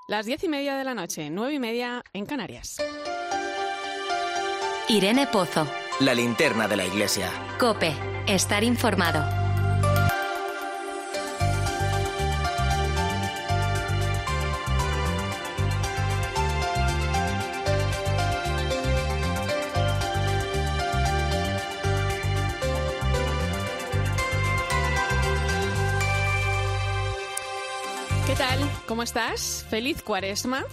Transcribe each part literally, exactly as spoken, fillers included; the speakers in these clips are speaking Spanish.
Las diez y media de la noche, nueve y media en Canarias. Irene Pozo. La linterna de la iglesia. COPE. Estar informado. ¿Qué tal? ¿Cómo estás? Feliz Cuaresma.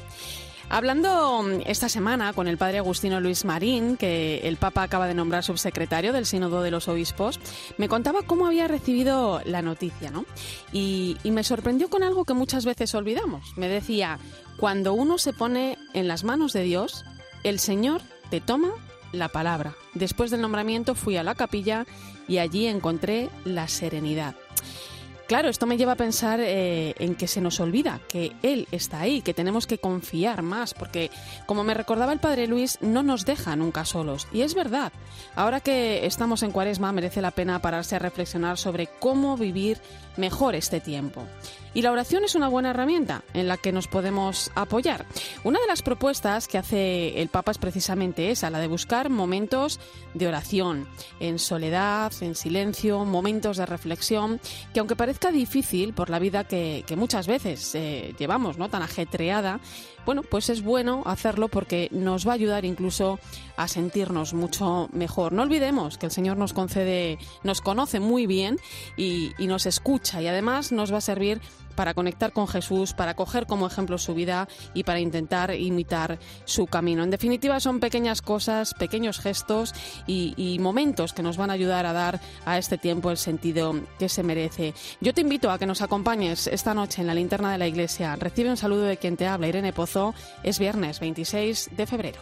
Hablando esta semana con el padre Agustino Luis Marín, que el Papa acaba de nombrar subsecretario del Sínodo de los Obispos, me contaba cómo había recibido la noticia, ¿no? Y, y me sorprendió con algo que muchas veces olvidamos. Me decía, cuando uno se pone en las manos de Dios, el Señor te toma la palabra. Después del nombramiento fui a la capilla y allí encontré la serenidad. Claro, esto me lleva a pensar eh, en que se nos olvida que Él está ahí, que tenemos que confiar más, porque, como me recordaba el Padre Luis, no nos deja nunca solos. Y es verdad, ahora que estamos en Cuaresma merece la pena pararse a reflexionar sobre cómo vivir mejor este tiempo. Y la oración es una buena herramienta en la que nos podemos apoyar. Una de las propuestas que hace el Papa es precisamente esa, la de buscar momentos de oración, en soledad, en silencio, momentos de reflexión, que aunque parezca difícil por la vida que, que muchas veces eh, llevamos, ¿no?, tan ajetreada, bueno, pues es bueno hacerlo porque nos va a ayudar incluso a sentirnos mucho mejor. No olvidemos que el Señor nos concede, nos conoce muy bien y, y nos escucha, y además nos va a servir para conectar con Jesús, para coger como ejemplo su vida y para intentar imitar su camino. En definitiva, son pequeñas cosas, pequeños gestos y, y momentos que nos van a ayudar a dar a este tiempo el sentido que se merece. Yo te invito a que nos acompañes esta noche en la linterna de la iglesia. Recibe un saludo de quien te habla, Irene Pozo. Es viernes veintiséis de febrero.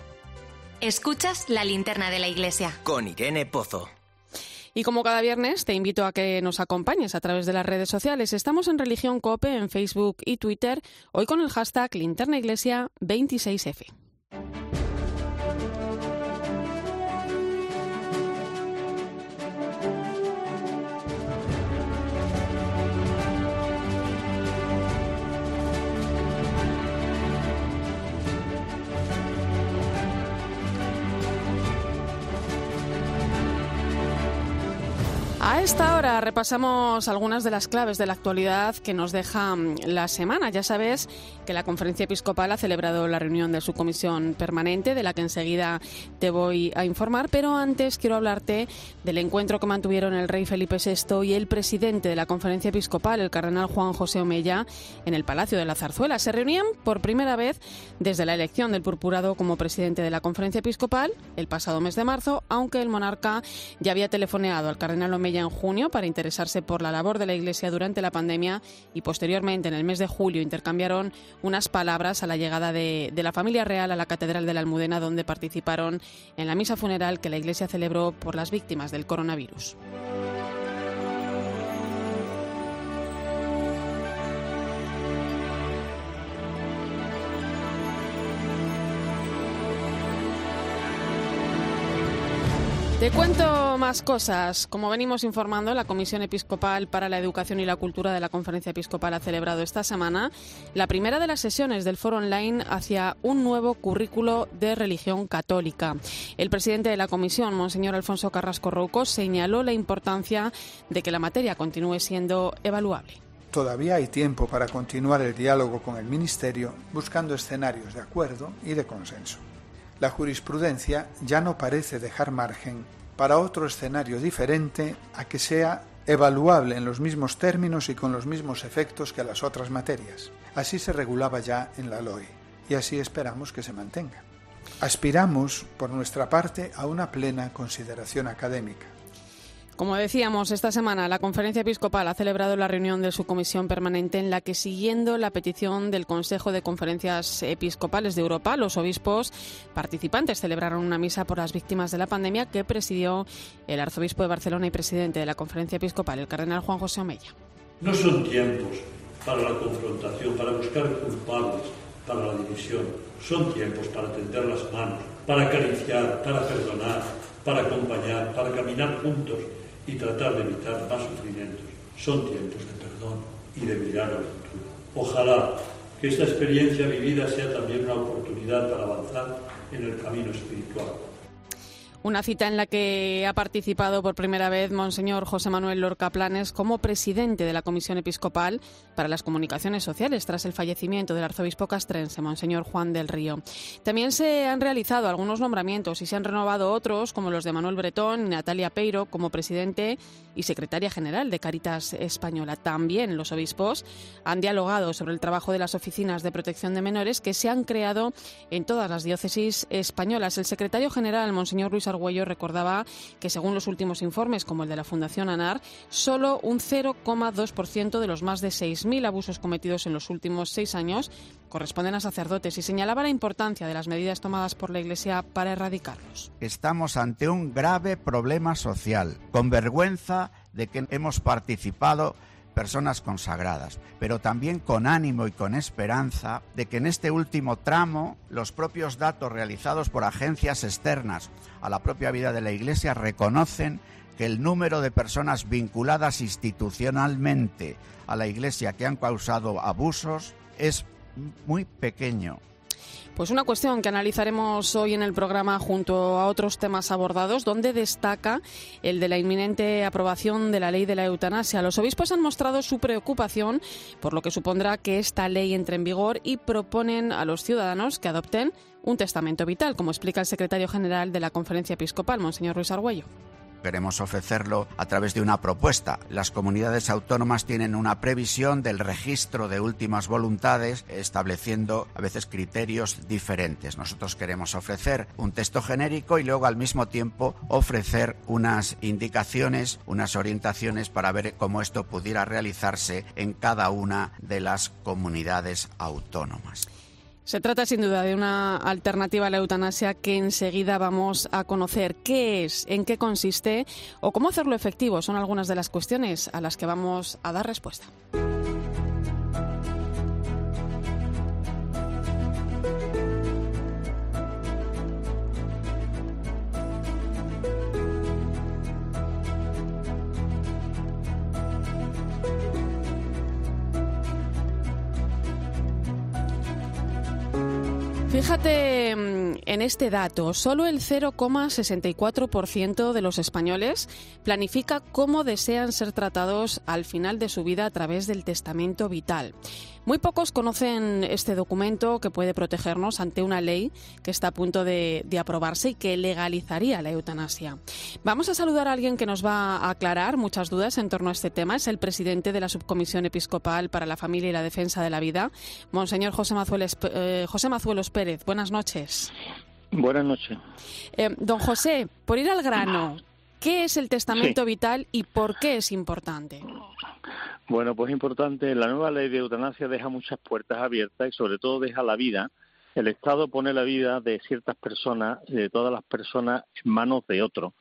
Escuchas la linterna de la iglesia. Con Irene Pozo. Y como cada viernes, te invito a que nos acompañes a través de las redes sociales. Estamos en Religión COPE en Facebook y Twitter, hoy con el hashtag Linterna Iglesia veintiséis efe. A esta hora repasamos algunas de las claves de la actualidad que nos deja la semana. Ya sabes que la Conferencia Episcopal ha celebrado la reunión de su comisión permanente, de la que enseguida te voy a informar, pero antes quiero hablarte del encuentro que mantuvieron el rey Felipe sexto y el presidente de la Conferencia Episcopal, el cardenal Juan José Omella, en el Palacio de la Zarzuela. Se reunían por primera vez desde la elección del purpurado como presidente de la Conferencia Episcopal el pasado mes de marzo, aunque el monarca ya había telefoneado al cardenal Omella en junio para interesarse por la labor de la Iglesia durante la pandemia, y posteriormente en el mes de julio intercambiaron unas palabras a la llegada de, de la familia real a la Catedral de la Almudena, donde participaron en la misa funeral que la Iglesia celebró por las víctimas del coronavirus. Te cuento más cosas. Como venimos informando, la Comisión Episcopal para la Educación y la Cultura de la Conferencia Episcopal ha celebrado esta semana la primera de las sesiones del foro online hacia un nuevo currículo de religión católica. El presidente de la Comisión, Monseñor Alfonso Carrasco Rouco, señaló la importancia de que la materia continúe siendo evaluable. Todavía hay tiempo para continuar el diálogo con el Ministerio, buscando escenarios de acuerdo y de consenso. La jurisprudencia ya no parece dejar margen para otro escenario diferente a que sea evaluable en los mismos términos y con los mismos efectos que las otras materias. Así se regulaba ya en la L O E y así esperamos que se mantenga. Aspiramos, por nuestra parte, a una plena consideración académica. Como decíamos, esta semana la Conferencia Episcopal ha celebrado la reunión de su comisión permanente en la que, siguiendo la petición del Consejo de Conferencias Episcopales de Europa, los obispos participantes celebraron una misa por las víctimas de la pandemia que presidió el arzobispo de Barcelona y presidente de la Conferencia Episcopal, el cardenal Juan José Omella. No son tiempos para la confrontación, para buscar culpables, para la división. Son tiempos para tender las manos, para acariciar, para perdonar, para acompañar, para caminar juntos y tratar de evitar más sufrimientos. Son tiempos de perdón y de mirar al futuro. Ojalá Que esta experiencia vivida sea también una oportunidad para avanzar en el camino espiritual. Una cita en la que ha participado por primera vez Monseñor José Manuel Lorca Planes como presidente de la Comisión Episcopal para las Comunicaciones Sociales tras el fallecimiento del arzobispo castrense, Monseñor Juan del Río. También se han realizado algunos nombramientos y se han renovado otros, como los de Manuel Bretón y Natalia Peiro como presidente y secretaria general de Cáritas Española. También los obispos han dialogado sobre el trabajo de las oficinas de protección de menores que se han creado en todas las diócesis españolas. El secretario general, Monseñor Luis Argüello, recordaba que según los últimos informes, como el de la Fundación ANAR, solo un cero coma dos por ciento de los más de seis mil abusos cometidos en los últimos seis años corresponden a sacerdotes y señalaba la importancia de las medidas tomadas por la Iglesia para erradicarlos. Estamos ante un grave problema social, con vergüenza de que hemos participado personas consagradas, pero también con ánimo y con esperanza de que en este último tramo los propios datos realizados por agencias externas a la propia vida de la Iglesia reconocen que el número de personas vinculadas institucionalmente a la Iglesia que han causado abusos es muy pequeño. Pues una cuestión que analizaremos hoy en el programa junto a otros temas abordados, donde destaca el de la inminente aprobación de la ley de la eutanasia. Los obispos han mostrado su preocupación por lo que supondrá que esta ley entre en vigor y proponen a los ciudadanos que adopten un testamento vital, como explica el secretario general de la Conferencia Episcopal, Monseñor Luis Argüello. Queremos ofrecerlo a través de una propuesta. Las comunidades autónomas tienen una previsión del registro de últimas voluntades, estableciendo a veces criterios diferentes. Nosotros queremos ofrecer un texto genérico y luego al mismo tiempo ofrecer unas indicaciones, unas orientaciones para ver cómo esto pudiera realizarse en cada una de las comunidades autónomas. Se trata sin duda de una alternativa a la eutanasia que enseguida vamos a conocer. ¿Qué es? ¿En qué consiste? ¿O cómo hacerlo efectivo? Son algunas de las cuestiones a las que vamos a dar respuesta. Fíjate en este dato, solo el cero coma sesenta y cuatro por ciento de los españoles planifica cómo desean ser tratados al final de su vida a través del testamento vital. Muy pocos conocen este documento que puede protegernos ante una ley que está a punto de, de aprobarse y que legalizaría la eutanasia. Vamos a saludar a alguien que nos va a aclarar muchas dudas en torno a este tema. Es el presidente de la Subcomisión Episcopal para la Familia y la Defensa de la Vida, Monseñor José Mazuelos, eh, José Mazuelos Pérez. Buenas noches. Buenas noches. Eh, don José, por ir al grano, ¿qué es el testamento sí. vital y por qué es importante? Bueno, pues es importante. La nueva ley de eutanasia deja muchas puertas abiertas y sobre todo deja la vida. El Estado pone la vida de ciertas personas, de todas las personas, en manos de otro.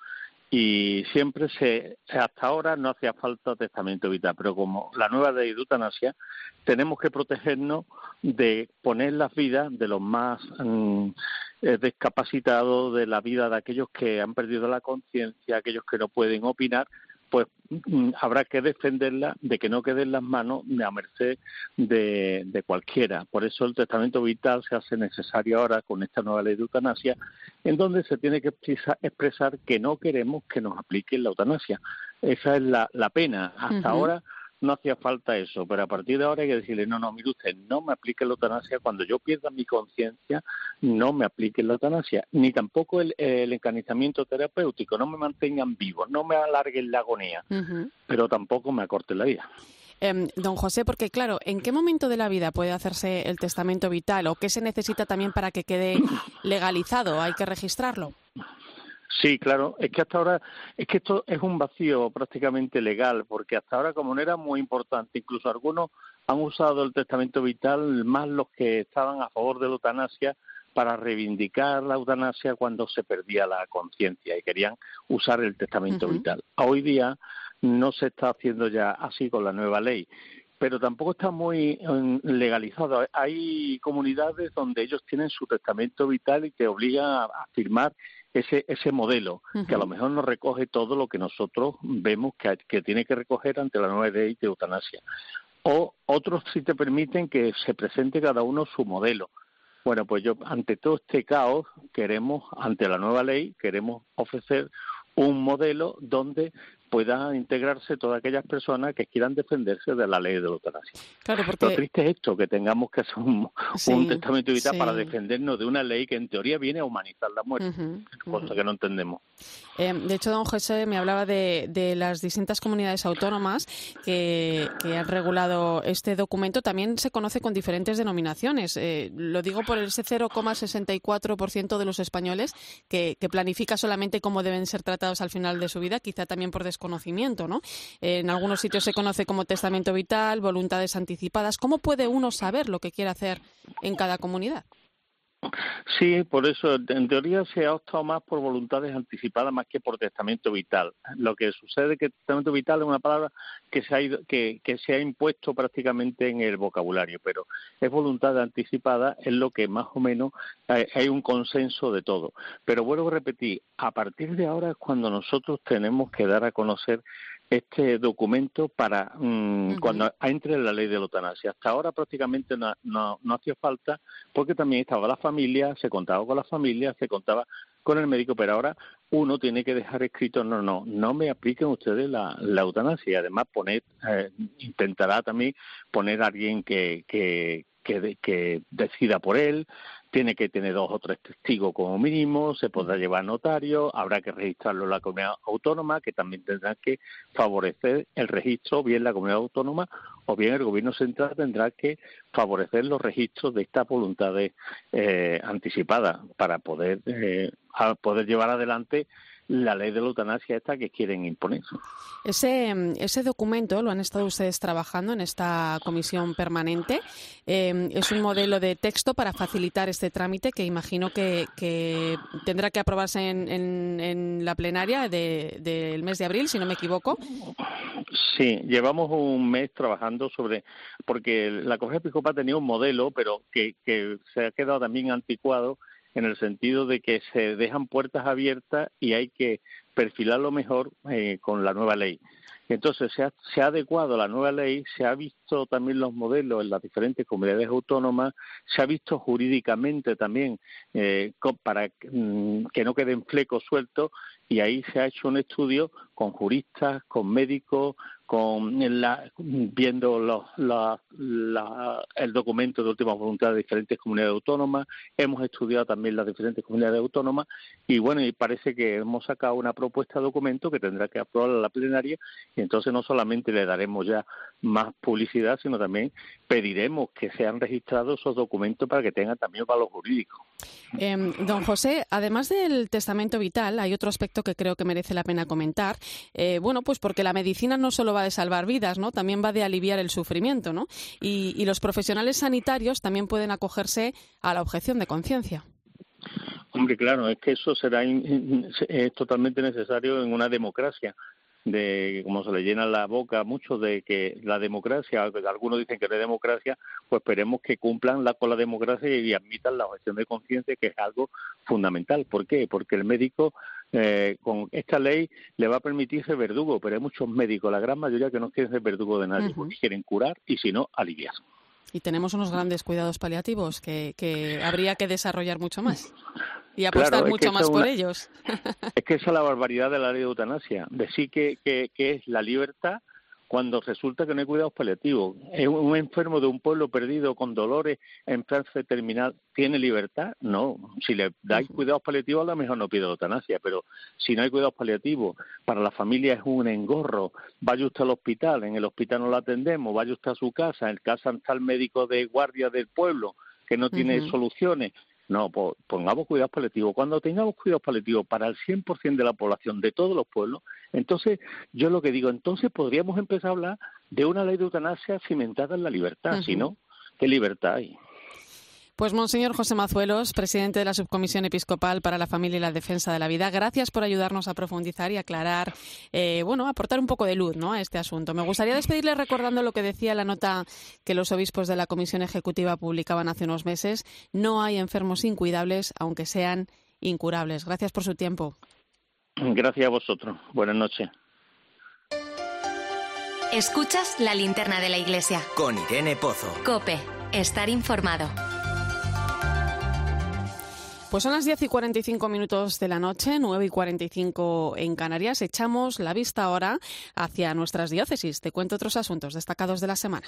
Y siempre se, hasta ahora no hacía falta testamento vital, pero como la nueva ley de eutanasia, tenemos que protegernos de poner las vidas de los más mmm, discapacitados, de la vida de aquellos que han perdido la conciencia, aquellos que no pueden opinar, pues mmm, habrá que defenderla de que no quede en las manos a merced de, de cualquiera. Por eso el testamento vital se hace necesario ahora con esta nueva ley de eutanasia, en donde se tiene que expresar, expresar que no queremos que nos apliquen la eutanasia. Esa es la, la pena. Hasta uh-huh. ahora no hacía falta eso, pero a partir de ahora hay que decirle, no, no, mire usted, no me aplique la eutanasia, cuando yo pierda mi conciencia, no me aplique la eutanasia, ni tampoco el, el encanizamiento terapéutico, no me mantengan vivo, no me alarguen la agonía, uh-huh. pero tampoco me acorten la vida. Eh, don José, porque claro, ¿en qué momento de la vida puede hacerse el testamento vital o qué se necesita también para que quede legalizado? ¿Hay que registrarlo? Sí, claro, es que hasta ahora, es que esto es un vacío prácticamente legal, porque hasta ahora como no era muy importante, incluso algunos han usado el testamento vital, más los que estaban a favor de la eutanasia, para reivindicar la eutanasia cuando se perdía la conciencia y querían usar el testamento uh-huh. vital. Hoy día no se está haciendo ya así con la nueva ley, pero tampoco está muy legalizado. Hay comunidades donde ellos tienen su testamento vital y te obligan a firmar ese ese modelo, uh-huh. que a lo mejor no recoge todo lo que nosotros vemos que, que tiene que recoger ante la nueva ley de eutanasia. o otros sí te permiten que se presente cada uno su modelo. Bueno, pues yo, ante todo este caos, queremos, ante la nueva ley, queremos ofrecer un modelo donde puedan integrarse todas aquellas personas que quieran defenderse de la ley de la eutanasia. Claro, porque... Lo triste es esto, que tengamos que hacer un, sí, un testamento vital sí. para defendernos de una ley que en teoría viene a humanizar la muerte, uh-huh, cosa uh-huh. que no entendemos. Eh, de hecho, don José me hablaba de, de las distintas comunidades autónomas que, que han regulado este documento. También se conoce con diferentes denominaciones. Eh, lo digo por ese cero coma sesenta y cuatro por ciento de los españoles que, que planifica solamente cómo deben ser tratados al final de su vida, quizá también por desconocimiento, ¿no? Eh, en algunos sitios se conoce como testamento vital, voluntades anticipadas. ¿Cómo puede uno saber lo que quiere hacer en cada comunidad? Sí, por eso en teoría se ha optado más por voluntades anticipadas más que por testamento vital. Lo que sucede es que testamento vital es una palabra que se ha ido, que, que se ha impuesto prácticamente en el vocabulario, pero es voluntad anticipada, es lo que más o menos hay, hay un consenso de todo. Pero vuelvo a repetir, a partir de ahora es cuando nosotros tenemos que dar a conocer este documento para mmm, uh-huh. cuando entre la ley de la eutanasia. Hasta ahora prácticamente no, no, no hacía falta porque también estaba la familia, se contaba con la familia, se contaba con el médico, pero ahora uno tiene que dejar escrito, no, no, no me apliquen ustedes la, la eutanasia. Y además poner, eh, intentará también poner a alguien que, que, que, que decida por él, tiene que tener dos o tres testigos como mínimo, se podrá llevar notario, habrá que registrarlo en la comunidad autónoma, que también tendrá que favorecer el registro, bien la comunidad autónoma o bien el gobierno central tendrá que favorecer los registros de estas voluntades eh, anticipadas para poder, eh, a poder llevar adelante la ley de la eutanasia esta que quieren imponer. Ese, ese documento lo han estado ustedes trabajando en esta comisión permanente. Eh, es un modelo de texto para facilitar este trámite que imagino que, que tendrá que aprobarse en, en, en la plenaria de, del mes de abril, si no me equivoco. Sí, llevamos un mes trabajando sobre, porque la Conferencia Episcopal tenía un modelo, pero que, que se ha quedado también anticuado, en el sentido de que se dejan puertas abiertas y hay que perfilarlo mejor eh, con la nueva ley. Entonces se ha, se ha adecuado la nueva ley, se ha visto también los modelos en las diferentes comunidades autónomas, se ha visto jurídicamente también eh, para mm, que no queden flecos sueltos, y ahí se ha hecho un estudio con juristas, con médicos, con la, viendo los, la, la, el documento de última voluntad de diferentes comunidades autónomas. Hemos estudiado también las diferentes comunidades autónomas y bueno, y parece que hemos sacado una propuesta de documento que tendrá que aprobar la plenaria, y entonces no solamente le daremos ya más publicidad, sino también pediremos que sean registrados esos documentos para que tengan también valor jurídico. Eh, don José, además del testamento vital, hay otro aspecto que creo que merece la pena comentar. Eh, bueno, pues porque la medicina no solo va de salvar vidas, ¿no? También va de aliviar el sufrimiento, ¿no? Y, y los profesionales sanitarios también pueden acogerse a la objeción de conciencia. Hombre, claro, es que eso será in, es totalmente necesario en una democracia. De como se le llena la boca a muchos de que la democracia, algunos dicen que no es democracia, pues esperemos que cumplan la, con la democracia y admitan la objeción de conciencia, que es algo fundamental. ¿Por qué? Porque el médico eh, con esta ley le va a permitir ser verdugo, pero hay muchos médicos, la gran mayoría, que no quieren ser verdugo de nadie, uh-huh. porque quieren curar y si no, aliviar. Y tenemos unos grandes cuidados paliativos que, que habría que desarrollar mucho más y apostar claro, mucho más una, por ellos. Es que esa es la barbaridad de la ley de eutanasia. Decir que, que, que es la libertad cuando resulta que no hay cuidados paliativos. ¿Es un enfermo de un pueblo perdido con dolores en fase terminal tiene libertad? No. Si le dais cuidados paliativos, a lo mejor no pide eutanasia, pero si no hay cuidados paliativos, para la familia es un engorro. Vaya usted al hospital, en el hospital no lo atendemos, vaya usted a su casa, en casa está el médico de guardia del pueblo que no tiene uh-huh. soluciones. No, pues pongamos cuidados paliativos. Cuando tengamos cuidados paliativos para el cien por ciento de la población de todos los pueblos, entonces, yo lo que digo, entonces podríamos empezar a hablar de una ley de eutanasia cimentada en la libertad. Uh-huh. Si no, ¿qué libertad hay? Pues Monseñor José Mazuelos, presidente de la Subcomisión Episcopal para la Familia y la Defensa de la Vida, gracias por ayudarnos a profundizar y aclarar, eh, bueno, aportar un poco de luz, ¿no?, a este asunto. Me gustaría despedirle recordando lo que decía la nota que los obispos de la Comisión Ejecutiva publicaban hace unos meses: no hay enfermos incuidables, aunque sean incurables. Gracias por su tiempo. Gracias a vosotros. Buenas noches. Escuchas la linterna de la iglesia. Con Irene Pozo. COPE. Estar informado. Pues son las diez y cuarenta y cinco minutos de la noche, nueve y cuarenta y cinco en Canarias. Echamos la vista ahora hacia nuestras diócesis. Te cuento otros asuntos destacados de la semana.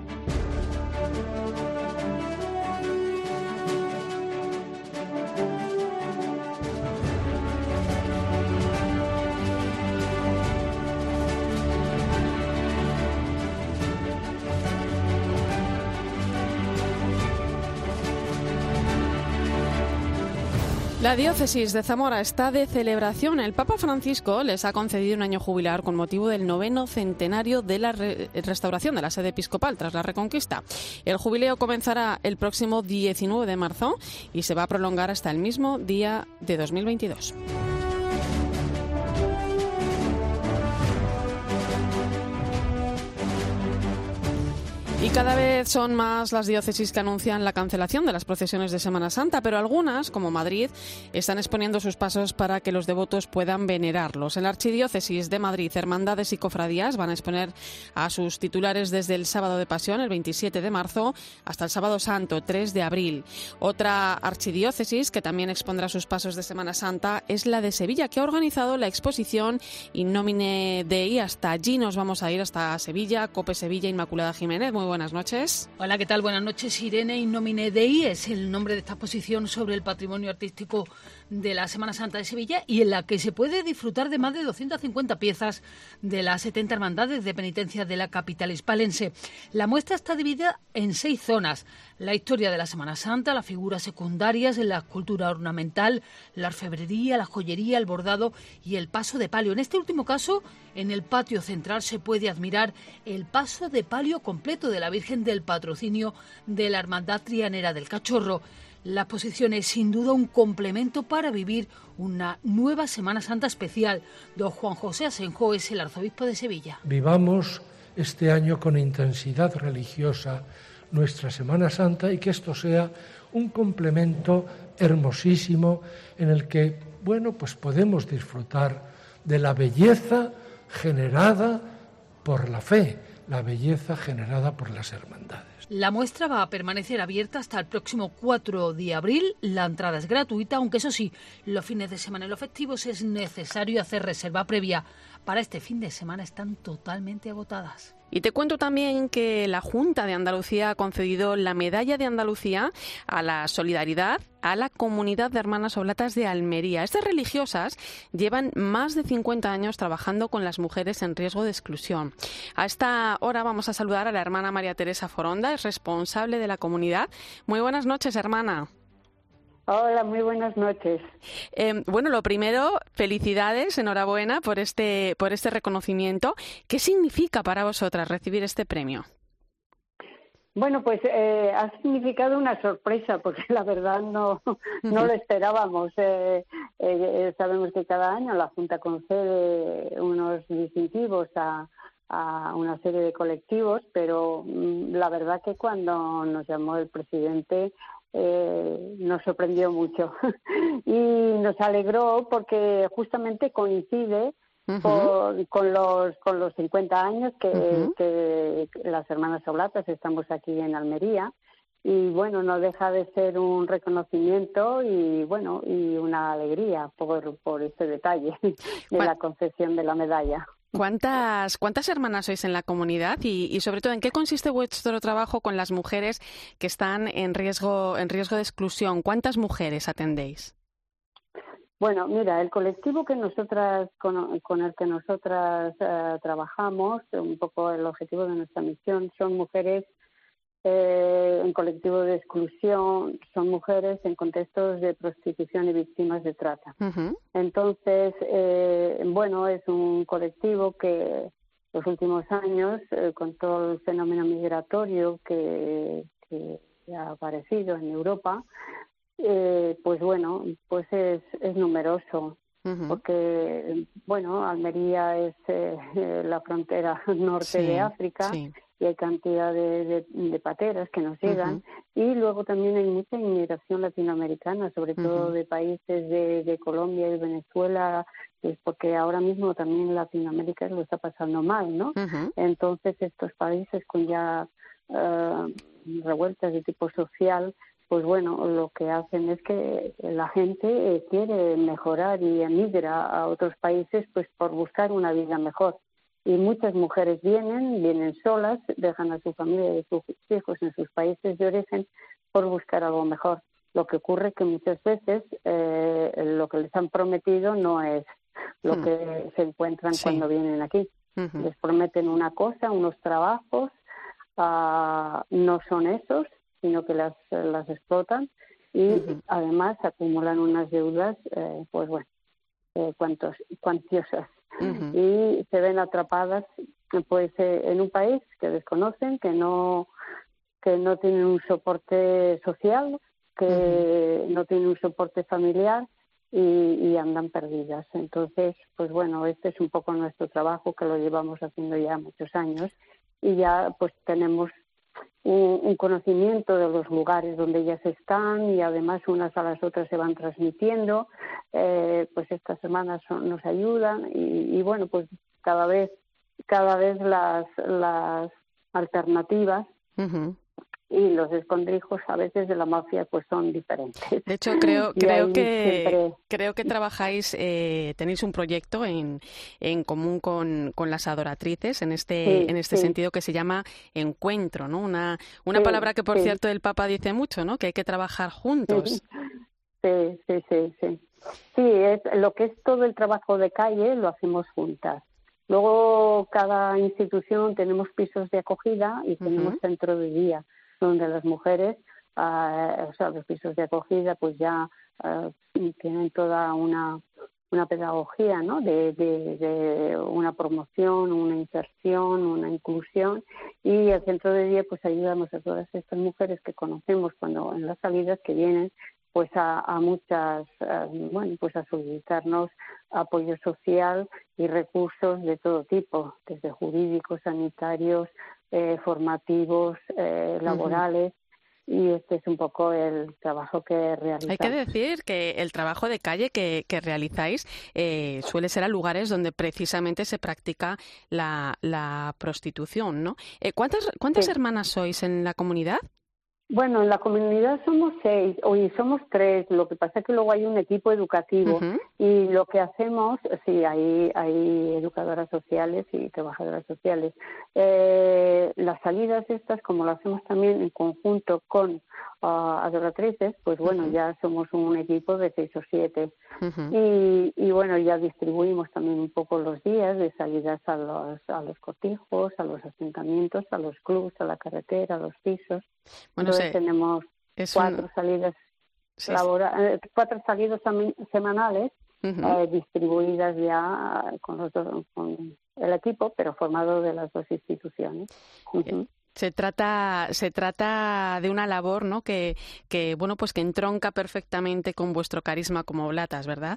La diócesis de Zamora está de celebración. El Papa Francisco les ha concedido un año jubilar con motivo del noveno centenario de la re- restauración de la sede episcopal tras la Reconquista. El jubileo comenzará el próximo diecinueve de marzo y se va a prolongar hasta el mismo día de dos mil veintidós. Y cada vez son más las diócesis que anuncian la cancelación de las procesiones de Semana Santa, pero algunas, como Madrid, están exponiendo sus pasos para que los devotos puedan venerarlos. En la Archidiócesis de Madrid, hermandades y cofradías van a exponer a sus titulares desde el sábado de Pasión, el veintisiete de marzo, hasta el sábado santo, tres de abril. Otra archidiócesis que también expondrá sus pasos de Semana Santa es la de Sevilla, que ha organizado la exposición In Nomine Dei. Hasta allí nos vamos a ir, hasta Sevilla. COPE Sevilla, Inmaculada Jiménez. Muy buenas noches. Hola, ¿qué tal? Buenas noches, Irene. In Nomine Dei es el nombre de esta exposición sobre el patrimonio artístico de la Semana Santa de Sevilla y en la que se puede disfrutar de más de doscientas cincuenta piezas de las setenta hermandades de penitencia de la capital hispalense. La muestra está dividida en seis zonas: la historia de la Semana Santa, las figuras secundarias, la escultura ornamental, la orfebrería, la joyería, el bordado y el paso de palio. En este último caso, en el patio central se puede admirar el paso de palio completo de la Virgen del Patrocinio de la Hermandad Trianera del Cachorro. La exposición es sin duda un complemento para vivir una nueva Semana Santa especial. Don Juan José Asenjo es el arzobispo de Sevilla. Vivamos este año con intensidad religiosa nuestra Semana Santa y que esto sea un complemento hermosísimo en el que, bueno, pues podemos disfrutar de la belleza generada por la fe, la belleza generada por las hermandades. La muestra va a permanecer abierta hasta el próximo cuatro de abril. La entrada es gratuita, aunque eso sí, los fines de semana y los festivos es necesario hacer reserva previa. Para este fin de semana están totalmente agotadas. Y te cuento también que la Junta de Andalucía ha concedido la Medalla de Andalucía a la solidaridad a la Comunidad de Hermanas Oblatas de Almería. Estas religiosas llevan más de cincuenta años trabajando con las mujeres en riesgo de exclusión. A esta hora vamos a saludar a la hermana María Teresa Foronda, es responsable de la comunidad. Muy buenas noches, hermana. Hola, muy buenas noches. Eh, bueno, lo primero, felicidades, enhorabuena por este, por este reconocimiento. ¿Qué significa para vosotras recibir este premio? Bueno, pues eh, ha significado una sorpresa, porque la verdad no, no lo esperábamos. Eh, eh, sabemos que cada año la Junta concede unos distintivos a, a una serie de colectivos, pero mm, la verdad que cuando nos llamó el presidente eh, nos sorprendió mucho y nos alegró porque justamente coincide Uh-huh. Con, con los con los cincuenta años que, uh-huh. que las hermanas oblatas estamos aquí en Almería, y bueno, no deja de ser un reconocimiento y bueno y una alegría por, por este detalle de ¿Cuál? la concesión de la medalla. ¿Cuántas cuántas hermanas sois en la comunidad y, y sobre todo en qué consiste vuestro trabajo con las mujeres que están en riesgo en riesgo de exclusión? ¿Cuántas mujeres atendéis? Bueno, mira, el colectivo que nosotras con, con el que nosotras eh, trabajamos, un poco el objetivo de nuestra misión, son mujeres eh, en colectivo de exclusión, son mujeres en contextos de prostitución y víctimas de trata. Uh-huh. Entonces, eh, bueno, es un colectivo que los últimos años, eh, con todo el fenómeno migratorio que, que ha aparecido en Europa, Eh, pues bueno, pues es, es numeroso, uh-huh. porque, bueno, Almería es eh, la frontera norte sí, de África sí. y hay cantidad de, de, de pateras que nos llegan. Uh-huh. Y luego también hay mucha inmigración latinoamericana, sobre uh-huh. todo de países de, de Colombia y Venezuela, pues porque ahora mismo también Latinoamérica lo está pasando mal, ¿no? Uh-huh. Entonces estos países con ya uh, revueltas de tipo social, pues bueno, lo que hacen es que la gente quiere mejorar y emigra a otros países pues por buscar una vida mejor. Y muchas mujeres vienen, vienen solas, dejan a su familia y a sus hijos en sus países de origen por buscar algo mejor. Lo que ocurre es que muchas veces eh, lo que les han prometido no es lo mm. que se encuentran sí. cuando vienen aquí. Uh-huh. Les prometen una cosa, unos trabajos, uh, no son esos, sino que las, las explotan y uh-huh. además acumulan unas deudas, eh, pues bueno, eh, cuantos, cuantiosas. Uh-huh. Y se ven atrapadas pues eh, en un país que desconocen, que no que no tienen un soporte social, que uh-huh. no tienen un soporte familiar y, y andan perdidas. Entonces, pues bueno, este es un poco nuestro trabajo, que lo llevamos haciendo ya muchos años y ya pues tenemos un, un conocimiento de los lugares donde ellas están y además unas a las otras se van transmitiendo. Eh, pues estas hermanas son, nos ayudan y, y bueno, pues cada vez cada vez las las alternativas uh-huh. y los escondrijos a veces de la mafia pues son diferentes. De hecho, creo creo que siempre... creo que trabajáis, eh, tenéis un proyecto en, en común con, con las adoratrices en este sí, en este sí. sentido que se llama Encuentro, ¿no? Una una sí, palabra que por sí. cierto el Papa dice mucho, ¿no? Que hay que trabajar juntos. Sí, sí, sí, sí. Sí, es lo que es todo el trabajo de calle lo hacemos juntas. Luego cada institución tenemos pisos de acogida y tenemos uh-huh. centro de día donde las mujeres, uh, o sea, los pisos de acogida pues ya uh, tienen toda una una pedagogía, ¿no? De, de, de una promoción, una inserción, una inclusión y el centro de día pues ayudamos a todas estas mujeres que conocemos cuando en las salidas que vienen pues a, a muchas, uh, bueno, pues a solicitarnos apoyo social y recursos de todo tipo, desde jurídicos, sanitarios, eh, formativos, eh, laborales, uh-huh. y este es un poco el trabajo que realizamos. Hay que decir que el trabajo de calle que, que realizáis eh, suele ser a lugares donde precisamente se practica la, la prostitución, ¿no? Eh, ¿Cuántas, cuántas sí. hermanas sois en la comunidad? Bueno, en la comunidad somos seis, hoy somos tres, lo que pasa es que luego hay un equipo educativo uh-huh. y lo que hacemos, sí, hay, hay educadoras sociales y trabajadoras sociales. Eh, las salidas estas, como lo hacemos también en conjunto con uh, adoratrices, pues bueno, uh-huh. ya somos un equipo de seis o siete. Uh-huh. Y, y bueno, ya distribuimos también un poco los días de salidas a los, a los cortijos, a los asentamientos, a los clubs, a la carretera, a los pisos. Bueno, Entonces sí, tenemos cuatro un... salidas sí, labora... eh, cuatro salidas semanales uh-huh. eh, distribuidas ya con, los dos, con el equipo, pero formado de las dos instituciones. Uh-huh. Se trata, se trata de una labor, ¿no? Que, que bueno, pues que entronca perfectamente con vuestro carisma como oblatas, ¿verdad?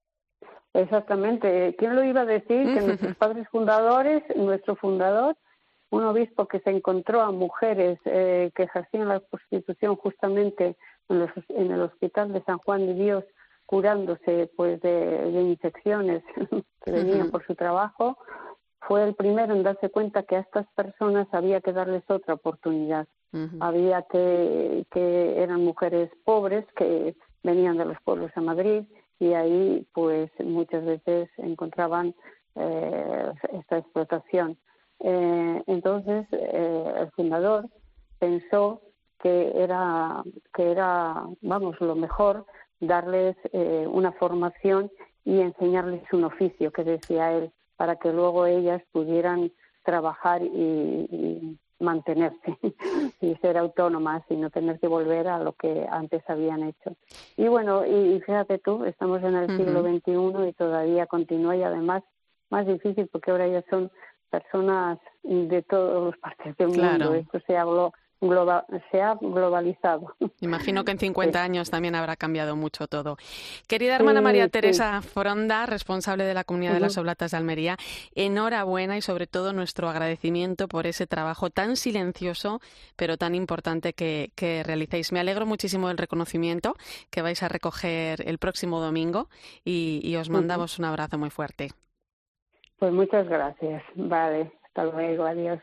Exactamente. ¿Quién lo iba a decir? Que nuestros padres fundadores, nuestro fundador, un obispo que se encontró a mujeres eh, que ejercían la prostitución justamente en, los, en el hospital de San Juan de Dios, curándose pues de, de infecciones que venían uh-huh. por su trabajo, fue el primero en darse cuenta que a estas personas había que darles otra oportunidad. Uh-huh. Había que, que eran mujeres pobres que venían de los pueblos a Madrid y ahí pues muchas veces encontraban eh, esta explotación. Eh, entonces eh, el fundador pensó que era que era vamos lo mejor darles eh, una formación y enseñarles un oficio, que decía él, para que luego ellas pudieran trabajar y, y mantenerse y ser autónomas y no tener que volver a lo que antes habían hecho. Y bueno, y, y fíjate tú, estamos en el uh-huh. siglo veintiuno y todavía continúa, y además más difícil porque ahora ya son personas de todas las partes del claro. mundo. Esto se habló globa, se ha globalizado. Imagino que en cincuenta sí. años también habrá cambiado mucho todo. Querida hermana sí, María Teresa sí. Foronda, responsable de la Comunidad uh-huh. de las Oblatas de Almería, enhorabuena y sobre todo nuestro agradecimiento por ese trabajo tan silencioso pero tan importante que, que realicéis. Me alegro muchísimo del reconocimiento que vais a recoger el próximo domingo y, y os mandamos uh-huh. un abrazo muy fuerte. Pues muchas gracias. Vale, hasta luego, adiós.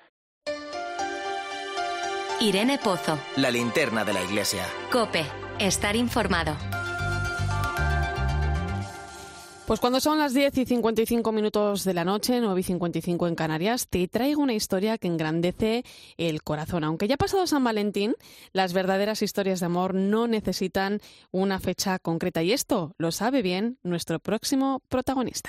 Irene Pozo. La linterna de la Iglesia. COPE. Estar informado. Pues cuando son las diez y cincuenta y cinco minutos de la noche, nueve y cincuenta y cinco en Canarias, te traigo una historia que engrandece el corazón. Aunque ya ha pasado San Valentín, las verdaderas historias de amor no necesitan una fecha concreta. Y esto lo sabe bien nuestro próximo protagonista.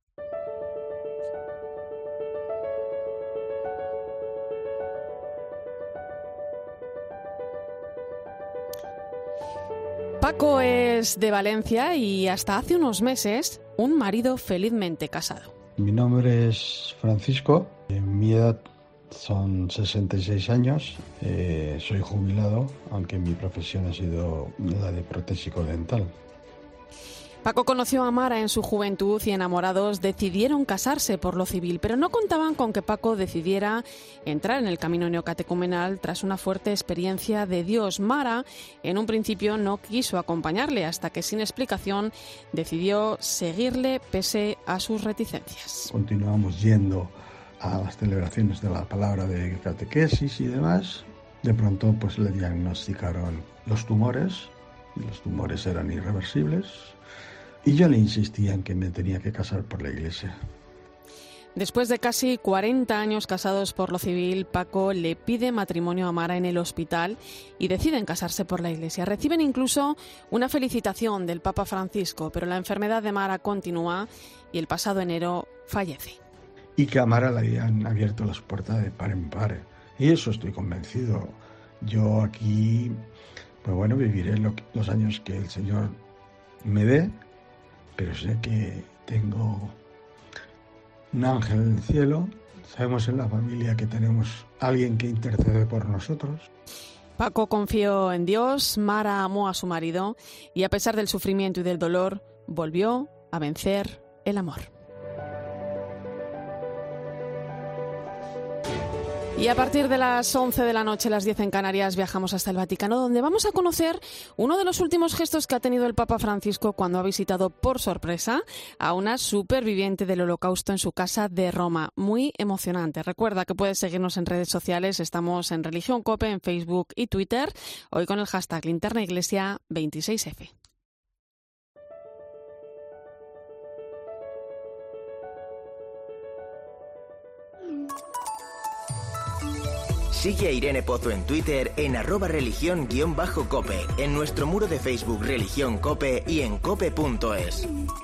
Paco es de Valencia y hasta hace unos meses un marido felizmente casado. Mi nombre es Francisco, mi edad son sesenta y seis años, eh, soy jubilado, aunque mi profesión ha sido la de protésico dental. Paco conoció a Mara en su juventud y enamorados decidieron casarse por lo civil, pero no contaban con que Paco decidiera entrar en el camino neocatecumenal tras una fuerte experiencia de Dios. Mara, en un principio, no quiso acompañarle hasta que, sin explicación, decidió seguirle pese a sus reticencias. Continuamos yendo a las celebraciones de la palabra de catequesis y demás. De pronto, pues le diagnosticaron los tumores, y los tumores eran irreversibles. Y yo le insistía en que me tenía que casar por la Iglesia. Después de casi cuarenta años casados por lo civil, Paco le pide matrimonio a Mara en el hospital y deciden casarse por la Iglesia. Reciben incluso una felicitación del Papa Francisco, pero la enfermedad de Mara continúa y el pasado enero fallece. Y que a Mara le habían abierto las puertas de par en par. Y eso estoy convencido. Yo aquí, pues bueno, viviré lo, los años que el Señor me dé. Pero sé que tengo un ángel en el cielo. Sabemos en la familia que tenemos alguien que intercede por nosotros. Paco confió en Dios, Mara amó a su marido y a pesar del sufrimiento y del dolor, volvió a vencer el amor. Y a partir de las once de la noche, las diez en Canarias, viajamos hasta el Vaticano, donde vamos a conocer uno de los últimos gestos que ha tenido el Papa Francisco cuando ha visitado por sorpresa a una superviviente del Holocausto en su casa de Roma. Muy emocionante. Recuerda que puedes seguirnos en redes sociales. Estamos en Religión COPE, en Facebook y Twitter. Hoy con el hashtag Linterna Iglesia veintiséis efe. Sigue a Irene Pozo en Twitter en arroba religión-cope, en nuestro muro de Facebook Religión Cope y en cope punto es.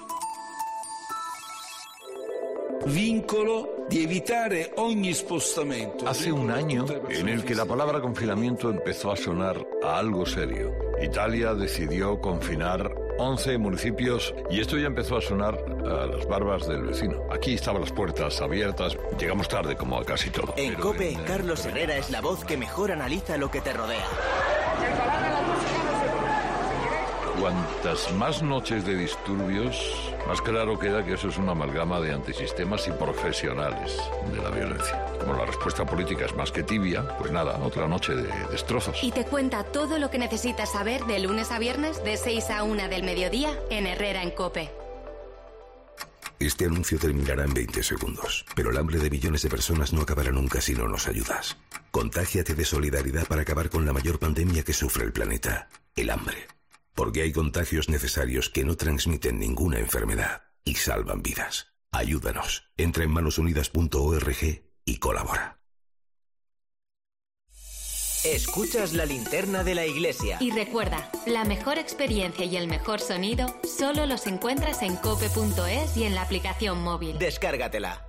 Vincolo di evitare ogni spostamento. Hace un año en el que la palabra confinamiento empezó a sonar a algo serio. Italia decidió confinar once municipios y esto ya empezó a sonar a las barbas del vecino. Aquí estaban las puertas abiertas. Llegamos tarde como a casi todo. En COPE, en... Carlos Herrera es la voz que mejor analiza lo que te rodea. Cuantas más noches de disturbios, más claro queda que eso es una amalgama de antisistemas y profesionales de la violencia. Como la respuesta política es más que tibia, pues nada, otra noche de destrozos. Y te cuenta todo lo que necesitas saber de lunes a viernes de seis a una del mediodía en Herrera en COPE. Este anuncio terminará en veinte segundos, pero el hambre de millones de personas no acabará nunca si no nos ayudas. Contágiate de solidaridad para acabar con la mayor pandemia que sufre el planeta, el hambre. Porque hay contagios necesarios que no transmiten ninguna enfermedad y salvan vidas. Ayúdanos. Entra en manos unidas punto org y colabora. Escuchas la linterna de la Iglesia. Y recuerda, la mejor experiencia y el mejor sonido solo los encuentras en cope punto es y en la aplicación móvil. Descárgatela.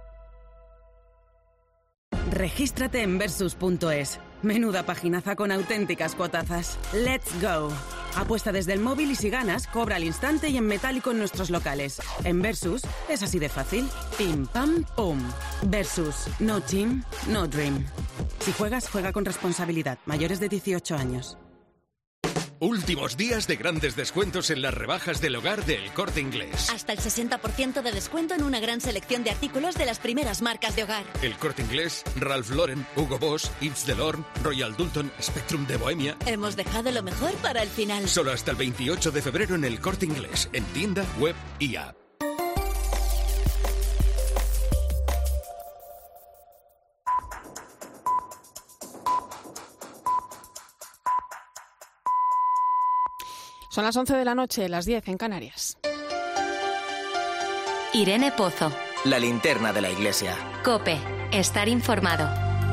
Regístrate en versus punto es. Menuda paginaza con auténticas cuotazas. ¡Let's go! Apuesta desde el móvil y si ganas, cobra al instante y en metálico en nuestros locales. En Versus es así de fácil. Pim, pam, pum. Versus. No team, no dream. Si juegas, juega con responsabilidad. Mayores de dieciocho años. Últimos días de grandes descuentos en las rebajas del hogar de El Corte Inglés. Hasta el sesenta por ciento de descuento en una gran selección de artículos de las primeras marcas de hogar. El Corte Inglés, Ralph Lauren, Hugo Boss, Yves Saint Laurent, Royal Doulton, Spectrum de Bohemia. Hemos dejado lo mejor para el final. Solo hasta el veintiocho de febrero en El Corte Inglés, en tienda, web y app. Son las once de la noche, las diez en Canarias. Irene Pozo. La linterna de la iglesia. COPE. Estar informado.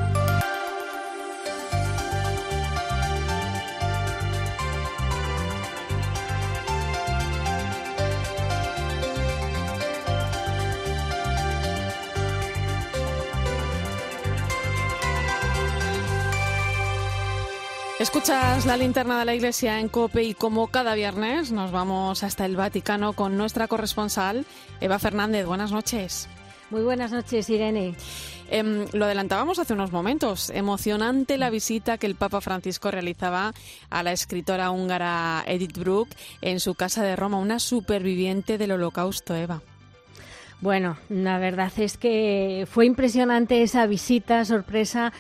Escuchas la linterna de la iglesia en COPE y como cada viernes nos vamos hasta el Vaticano con nuestra corresponsal Eva Fernández. Buenas noches. Muy buenas noches, Irene. Eh, lo adelantábamos hace unos momentos. Emocionante la visita que el Papa Francisco realizaba a la escritora húngara Edith Bruck en su casa de Roma, una superviviente del Holocausto, Eva. Bueno, la verdad es que fue impresionante esa visita, sorpresa,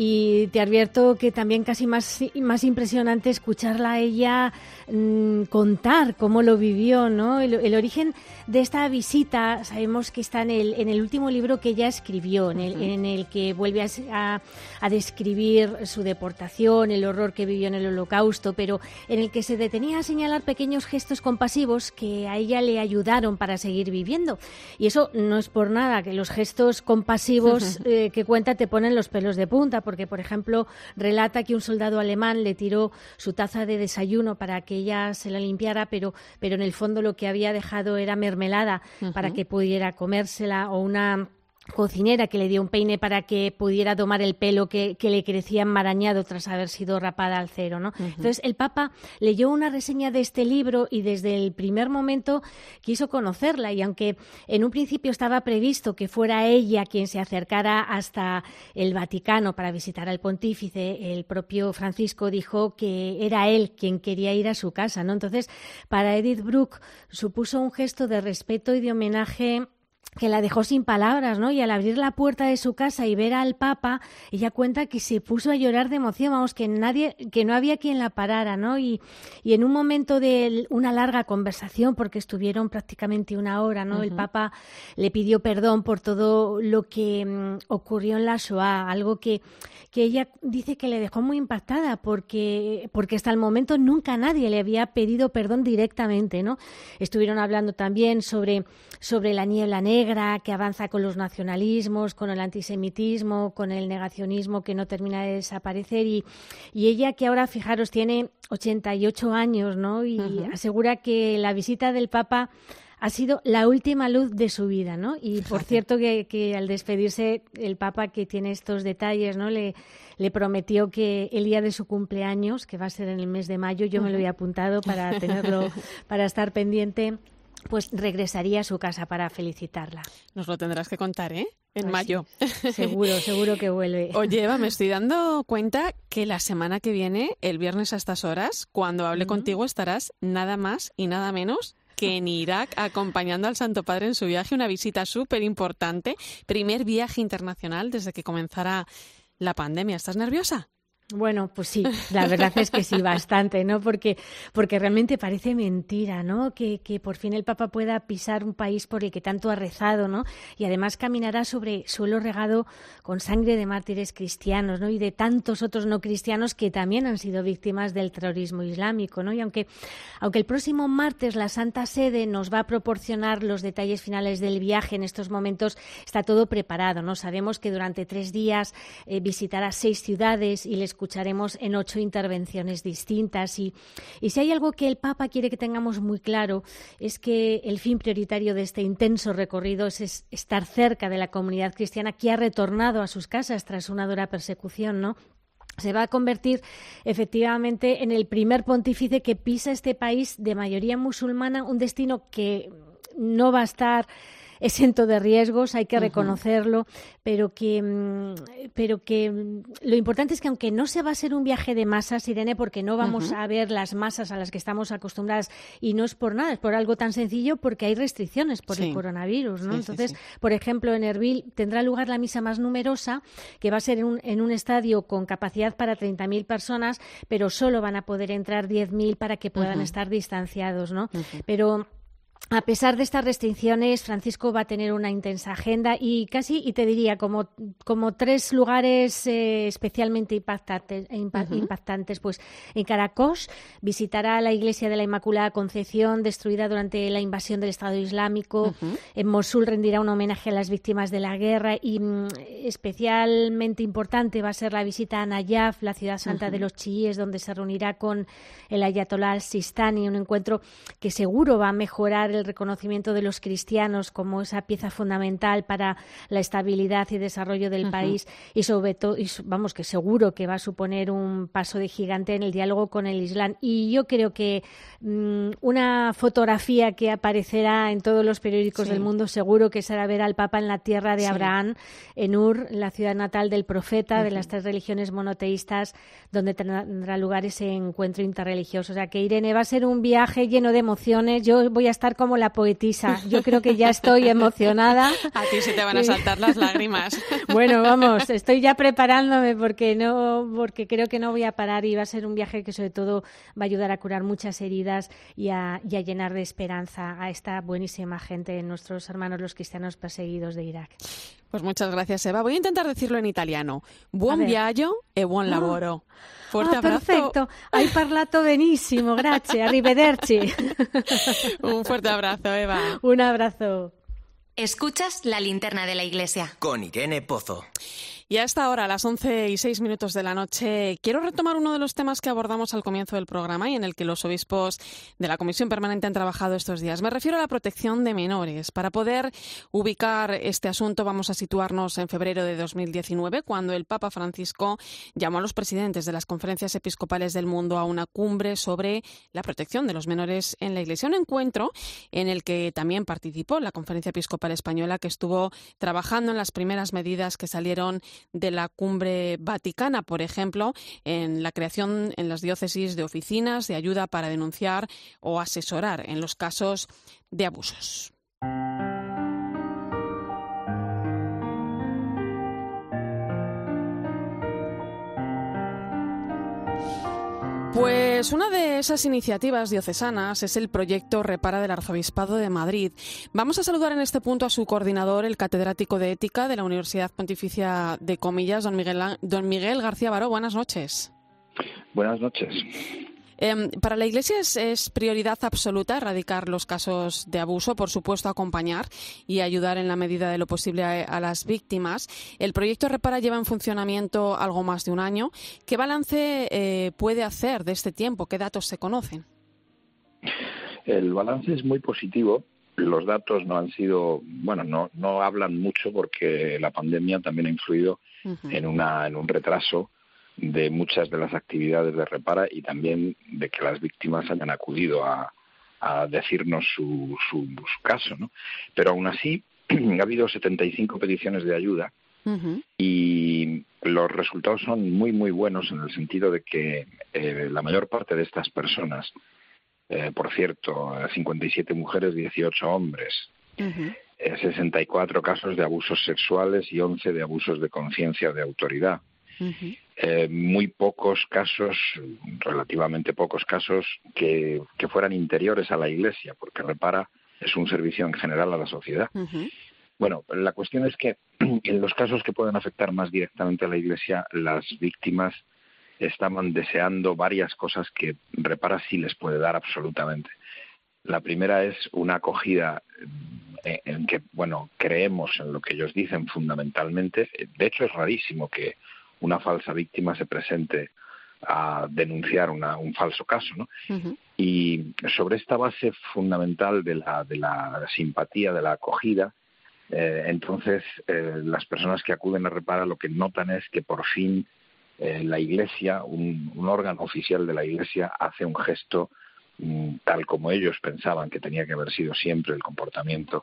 y te advierto que también casi más, más impresionante escucharla a ella mmm, contar cómo lo vivió, ¿no? El, el origen de esta visita sabemos que está en el, en el último libro que ella escribió, en el, uh-huh. en el que vuelve a, a describir su deportación, el horror que vivió en el Holocausto, pero en el que se detenía a señalar pequeños gestos compasivos que a ella le ayudaron para seguir viviendo. Y eso no es por nada, que los gestos compasivos uh-huh. eh, que cuenta te ponen los pelos de punta, porque, por ejemplo, relata que un soldado alemán le tiró su taza de desayuno para que ella se la limpiara, pero, pero en el fondo lo que había dejado era mermelada uh-huh. para que pudiera comérsela, o una cocinera que le dio un peine para que pudiera domar el pelo que, que le crecía enmarañado tras haber sido rapada al cero, ¿no? Uh-huh. Entonces el Papa leyó una reseña de este libro y desde el primer momento quiso conocerla, y aunque en un principio estaba previsto que fuera ella quien se acercara hasta el Vaticano para visitar al pontífice, el propio Francisco dijo que era él quien quería ir a su casa, ¿no? Entonces, para Edith Bruck supuso un gesto de respeto y de homenaje que la dejó sin palabras, ¿no? Y al abrir la puerta de su casa y ver al Papa, ella cuenta que se puso a llorar de emoción, vamos, que nadie, que no había quien la parara, ¿no? Y, y en un momento de una larga conversación, porque estuvieron prácticamente una hora, ¿no? Uh-huh. El Papa le pidió perdón por todo lo que um, ocurrió en la Shoah, algo que, que ella dice que le dejó muy impactada, porque, porque hasta el momento nunca nadie le había pedido perdón directamente, ¿no? Estuvieron hablando también sobre, sobre la niebla negra, que avanza con los nacionalismos, con el antisemitismo, con el negacionismo que no termina de desaparecer, y, y ella, que ahora, fijaros, tiene ochenta y ocho años, ¿no? Y uh-huh. asegura que la visita del Papa ha sido la última luz de su vida, ¿no? Y por cierto que, que al despedirse el Papa, que tiene estos detalles, ¿no? Le, le prometió que el día de su cumpleaños, que va a ser en el mes de mayo, yo uh-huh. me lo he apuntado para tenerlo, para estar pendiente, pues regresaría a su casa para felicitarla. Nos lo tendrás que contar, ¿eh? En pues mayo. Sí. Seguro, seguro que vuelve. Oye, Eva, me estoy dando cuenta que la semana que viene, el viernes a estas horas, cuando hable uh-huh. contigo, estarás nada más y nada menos que en Irak, acompañando al Santo Padre en su viaje, una visita súper importante, primer viaje internacional desde que comenzara la pandemia. ¿Estás nerviosa? Bueno, pues sí, la verdad es que sí, bastante, ¿no? Porque, porque realmente parece mentira, ¿no? Que, que por fin el Papa pueda pisar un país por el que tanto ha rezado, ¿no? Y además caminará sobre suelo regado con sangre de mártires cristianos, ¿no? Y de tantos otros no cristianos que también han sido víctimas del terrorismo islámico, ¿no? Y aunque, aunque el próximo martes la Santa Sede nos va a proporcionar los detalles finales del viaje, en estos momentos está todo preparado, ¿no? Sabemos que durante tres días eh, visitará seis ciudades y les escucharemos en ocho intervenciones distintas, y, y si hay algo que el Papa quiere que tengamos muy claro es que el fin prioritario de este intenso recorrido es, es estar cerca de la comunidad cristiana que ha retornado a sus casas tras una dura persecución, ¿no? Se va a convertir efectivamente en el primer pontífice que pisa este país de mayoría musulmana, un destino que no va a estar exento de riesgos, hay que reconocerlo, uh-huh. pero que pero que lo importante es que aunque no se va a ser un viaje de masas, Irene, porque no vamos uh-huh. a ver las masas a las que estamos acostumbradas, y no es por nada, es por algo tan sencillo, porque hay restricciones por sí. el coronavirus, ¿no? Sí, Entonces, sí, sí. por ejemplo, en Erbil tendrá lugar la misa más numerosa, que va a ser en un, en un estadio con capacidad para treinta mil personas, pero solo van a poder entrar diez mil para que puedan uh-huh. estar distanciados, ¿no? Uh-huh. Pero a pesar de estas restricciones, Francisco va a tener una intensa agenda y casi, y te diría, como, como tres lugares eh, especialmente impactantes, impa- uh-huh. impactantes. Pues en Caracas visitará la iglesia de la Inmaculada Concepción, destruida durante la invasión del Estado Islámico. Uh-huh. En Mosul rendirá un homenaje a las víctimas de la guerra y mm, especialmente importante va a ser la visita a Nayaf, la ciudad santa uh-huh. de los chiíes, donde se reunirá con el Ayatolá al-Sistani, un encuentro que seguro va a mejorar el reconocimiento de los cristianos como esa pieza fundamental para la estabilidad y desarrollo del uh-huh. país, y sobre todo, y vamos, que seguro que va a suponer un paso de gigante en el diálogo con el Islam. Y yo creo que mmm, una fotografía que aparecerá en todos los periódicos sí. del mundo seguro que será ver al Papa en la tierra de sí. Abraham, en Ur, la ciudad natal del profeta, uh-huh. de las tres religiones monoteístas, donde tendrá lugar ese encuentro interreligioso. O sea que, Irene, va a ser un viaje lleno de emociones. Yo voy a estar como la poetisa. Yo creo que ya estoy emocionada. A ti se te van a saltar las lágrimas. Bueno, vamos, estoy ya preparándome porque no, porque creo que no voy a parar, y va a ser un viaje que sobre todo va a ayudar a curar muchas heridas y a, y a llenar de esperanza a esta buenísima gente, nuestros hermanos los cristianos perseguidos de Irak. Pues muchas gracias, Eva. Voy a intentar decirlo en italiano. Buon viaggio e buon lavoro. Fuerte ah, abrazo. Perfecto, hai parlato benissimo, grazie, arrivederci. Un fuerte abrazo, Eva. Un abrazo. Escuchas La Linterna de la Iglesia. Con Irene Pozo. Y a esta hora, a las once y seis minutos de la noche, quiero retomar uno de los temas que abordamos al comienzo del programa y en el que los obispos de la Comisión Permanente han trabajado estos días. Me refiero a la protección de menores. Para poder ubicar este asunto, vamos a situarnos en febrero de dos mil diecinueve, cuando el Papa Francisco llamó a los presidentes de las conferencias episcopales del mundo a una cumbre sobre la protección de los menores en la Iglesia. Un encuentro en el que también participó la Conferencia Episcopal Española, que estuvo trabajando en las primeras medidas que salieron de la cumbre vaticana, por ejemplo, en la creación en las diócesis de oficinas de ayuda para denunciar o asesorar en los casos de abusos. Pues una de esas iniciativas diocesanas es el proyecto Repara del Arzobispado de Madrid. Vamos a saludar en este punto a su coordinador, el catedrático de Ética de la Universidad Pontificia de Comillas, don Miguel, don Miguel García Baró. Buenas noches. Buenas noches. Eh, para la Iglesia es, es prioridad absoluta erradicar los casos de abuso, por supuesto acompañar y ayudar en la medida de lo posible a, a las víctimas. El proyecto Repara lleva en funcionamiento algo más de un año. ¿Qué balance eh, puede hacer de este tiempo? ¿Qué datos se conocen? El balance es muy positivo. Los datos no han sido, bueno, no, no hablan mucho porque la pandemia también ha influido uh-huh. en, una, en un retraso de muchas de las actividades de Repara y también de que las víctimas hayan acudido a, a decirnos su, su, su caso, ¿no? Pero aún así ha habido setenta y cinco peticiones de ayuda uh-huh. y los resultados son muy, muy buenos en el sentido de que eh, la mayor parte de estas personas, eh, por cierto, cincuenta y siete mujeres, dieciocho hombres, uh-huh. eh, sesenta y cuatro casos de abusos sexuales y once de abusos de conciencia o de autoridad. Uh-huh. Eh, muy pocos casos, relativamente pocos casos, que, que fueran interiores a la Iglesia, porque Repara es un servicio en general a la sociedad. Uh-huh. Bueno, la cuestión es que en los casos que pueden afectar más directamente a la Iglesia, las víctimas estaban deseando varias cosas que Repara sí les puede dar absolutamente. La primera es una acogida en, en que, bueno, creemos en lo que ellos dicen fundamentalmente. De hecho, es rarísimo que una falsa víctima se presente a denunciar una, un falso caso, ¿no? Uh-huh. Y sobre esta base fundamental de la, de la simpatía, de la acogida, eh, entonces eh, las personas que acuden a Repara lo que notan es que por fin eh, la Iglesia, un, un órgano oficial de la Iglesia, hace un gesto mm, tal como ellos pensaban que tenía que haber sido siempre el comportamiento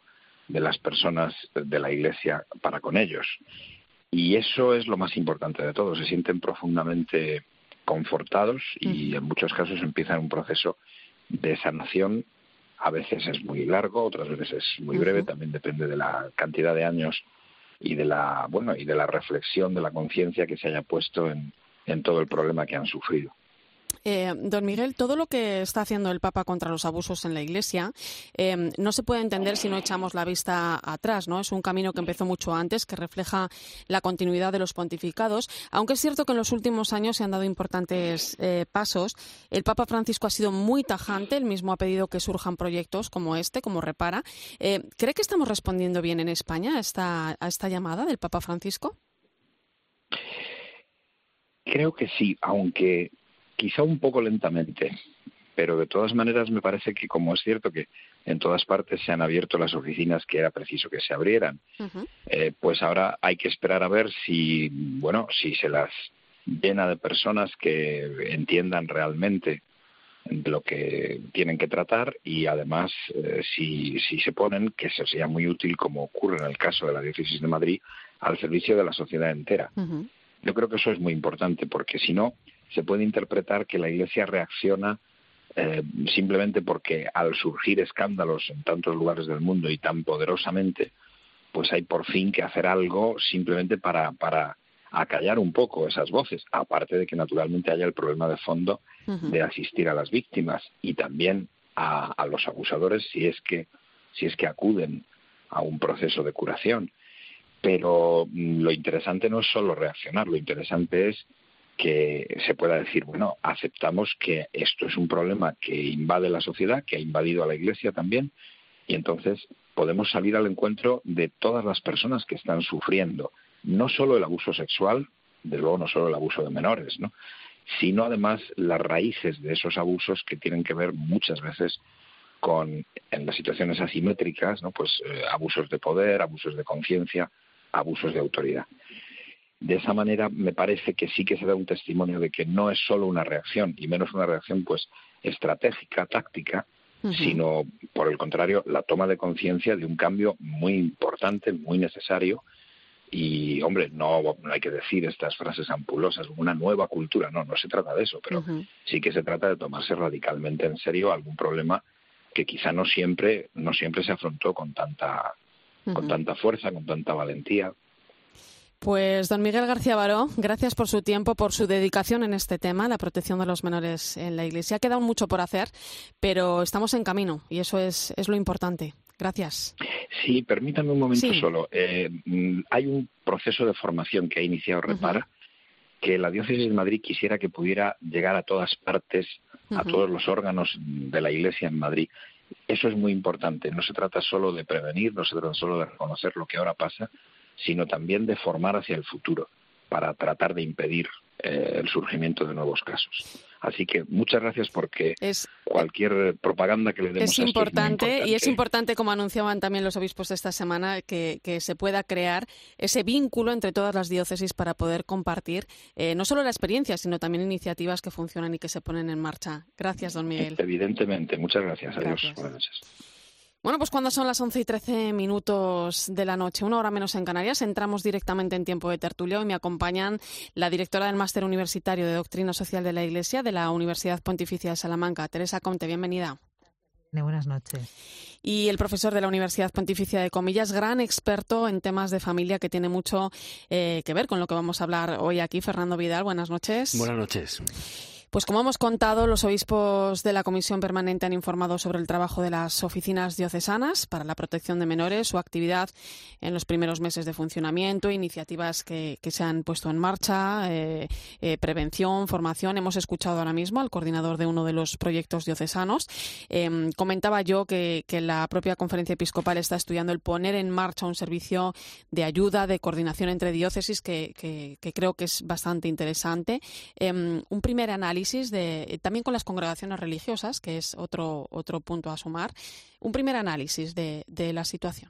de las personas de la Iglesia para con ellos. Y eso es lo más importante de todo. Se sienten profundamente confortados y en muchos casos empiezan un proceso de sanación. A veces es muy largo, otras veces es muy breve, uh-huh. También depende de la cantidad de años y de la bueno y de la reflexión de la conciencia que se haya puesto en, en todo el problema que han sufrido. Eh, don Miguel, todo lo que está haciendo el Papa contra los abusos en la Iglesia eh, no se puede entender si no echamos la vista atrás, ¿no? Es un camino que empezó mucho antes, que refleja la continuidad de los pontificados, aunque es cierto que en los últimos años se han dado importantes eh, pasos. El Papa Francisco ha sido muy tajante, él mismo ha pedido que surjan proyectos como este, como Repara. Eh, ¿Cree que estamos respondiendo bien en España a esta, a esta llamada del Papa Francisco? Creo que sí, aunque quizá un poco lentamente, pero de todas maneras me parece que, como es cierto que en todas partes se han abierto las oficinas que era preciso que se abrieran, uh-huh. eh, pues ahora hay que esperar a ver si, bueno, si se las llena de personas que entiendan realmente de lo que tienen que tratar y además eh, si, si se ponen, que eso sea muy útil, como ocurre en el caso de la Diócesis de Madrid, al servicio de la sociedad entera. Uh-huh. Yo creo que eso es muy importante, porque si no, se puede interpretar que la Iglesia reacciona eh, simplemente porque al surgir escándalos en tantos lugares del mundo y tan poderosamente, pues hay por fin que hacer algo simplemente para, para acallar un poco esas voces, aparte de que naturalmente haya el problema de fondo uh-huh. de asistir a las víctimas y también a, a los abusadores si es que si es que acuden a un proceso de curación. Pero lo interesante no es solo reaccionar, lo interesante es que se pueda decir, bueno, aceptamos que esto es un problema que invade la sociedad, que ha invadido a la Iglesia también, y entonces podemos salir al encuentro de todas las personas que están sufriendo, no solo el abuso sexual, de luego no solo el abuso de menores, ¿no?, sino además las raíces de esos abusos que tienen que ver muchas veces con, en las situaciones asimétricas, ¿no?, pues eh, abusos de poder, abusos de conciencia, abusos de autoridad. De esa manera me parece que sí que se da un testimonio de que no es solo una reacción, y menos una reacción pues estratégica, táctica, uh-huh. sino por el contrario la toma de conciencia de un cambio muy importante, muy necesario. Y hombre, no, no hay que decir estas frases ampulosas, una nueva cultura, no, no se trata de eso, pero uh-huh. sí que se trata de tomarse radicalmente en serio algún problema que quizá no siempre, no siempre se afrontó con tanta, uh-huh. con tanta fuerza, con tanta valentía. Pues don Miguel García Baró, gracias por su tiempo, por su dedicación en este tema, la protección de los menores en la Iglesia. Queda mucho por hacer, pero estamos en camino y eso es, es lo importante. Gracias. Sí, permítame un momento sí. solo. Eh, hay un proceso de formación que ha iniciado Repara, uh-huh. que la Diócesis de Madrid quisiera que pudiera llegar a todas partes, uh-huh. a todos los órganos de la Iglesia en Madrid. Eso es muy importante. No se trata solo de prevenir, no se trata solo de reconocer lo que ahora pasa, sino también de formar hacia el futuro para tratar de impedir eh, el surgimiento de nuevos casos. Así que muchas gracias, porque es, cualquier propaganda que le demos es a esto importante, es muy importante. Y es importante, como anunciaban también los obispos de esta semana, que, que se pueda crear ese vínculo entre todas las diócesis para poder compartir eh, no solo la experiencia, sino también iniciativas que funcionan y que se ponen en marcha. Gracias, don Miguel. Evidentemente. Muchas gracias. Adiós. Gracias. Buenas noches. Bueno, pues cuando son las once y trece minutos de la noche, una hora menos en Canarias, entramos directamente en tiempo de tertulia. Hoy me acompañan la directora del Máster Universitario de Doctrina Social de la Iglesia de la Universidad Pontificia de Salamanca, Teresa Comte. Bienvenida. Buenas noches. Y el profesor de la Universidad Pontificia de Comillas, gran experto en temas de familia, que tiene mucho eh, que ver con lo que vamos a hablar hoy aquí, Fernando Vidal. Buenas noches. Buenas noches. Pues como hemos contado, los obispos de la Comisión Permanente han informado sobre el trabajo de las oficinas diocesanas para la protección de menores, su actividad en los primeros meses de funcionamiento, iniciativas que, que se han puesto en marcha, eh, eh, prevención, formación. Hemos escuchado ahora mismo al coordinador de uno de los proyectos diocesanos. Eh, comentaba yo que, que la propia Conferencia Episcopal está estudiando el poner en marcha un servicio de ayuda, de coordinación entre diócesis que, que, que creo que es bastante interesante. Eh, un primer análisis De, también con las congregaciones religiosas, que es otro otro punto a sumar, un primer análisis de, de la situación.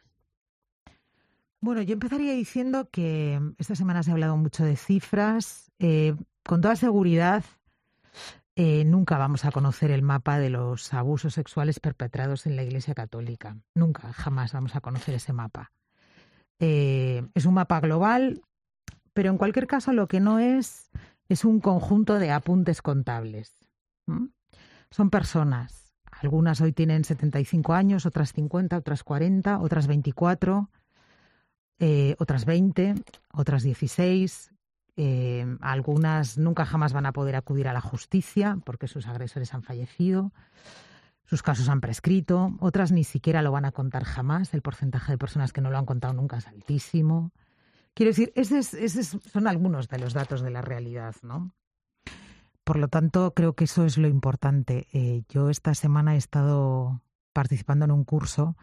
Bueno, yo empezaría diciendo que esta semana se ha hablado mucho de cifras. Eh, con toda seguridad, eh, nunca vamos a conocer el mapa de los abusos sexuales perpetrados en la Iglesia Católica. Nunca, jamás vamos a conocer ese mapa. Eh, es un mapa global, pero en cualquier caso lo que no es es un conjunto de apuntes contables. ¿Mm? Son personas. Algunas hoy tienen setenta y cinco años, otras cincuenta, otras cuarenta, otras veinticuatro, eh, otras veinte, otras dieciséis. Eh, algunas nunca jamás van a poder acudir a la justicia porque sus agresores han fallecido, sus casos han prescrito, otras ni siquiera lo van a contar jamás. El porcentaje de personas que no lo han contado nunca es altísimo. Quiero decir, esos ese son algunos de los datos de la realidad, ¿no? Por lo tanto, creo que eso es lo importante. Eh, yo esta semana he estado participando en un curso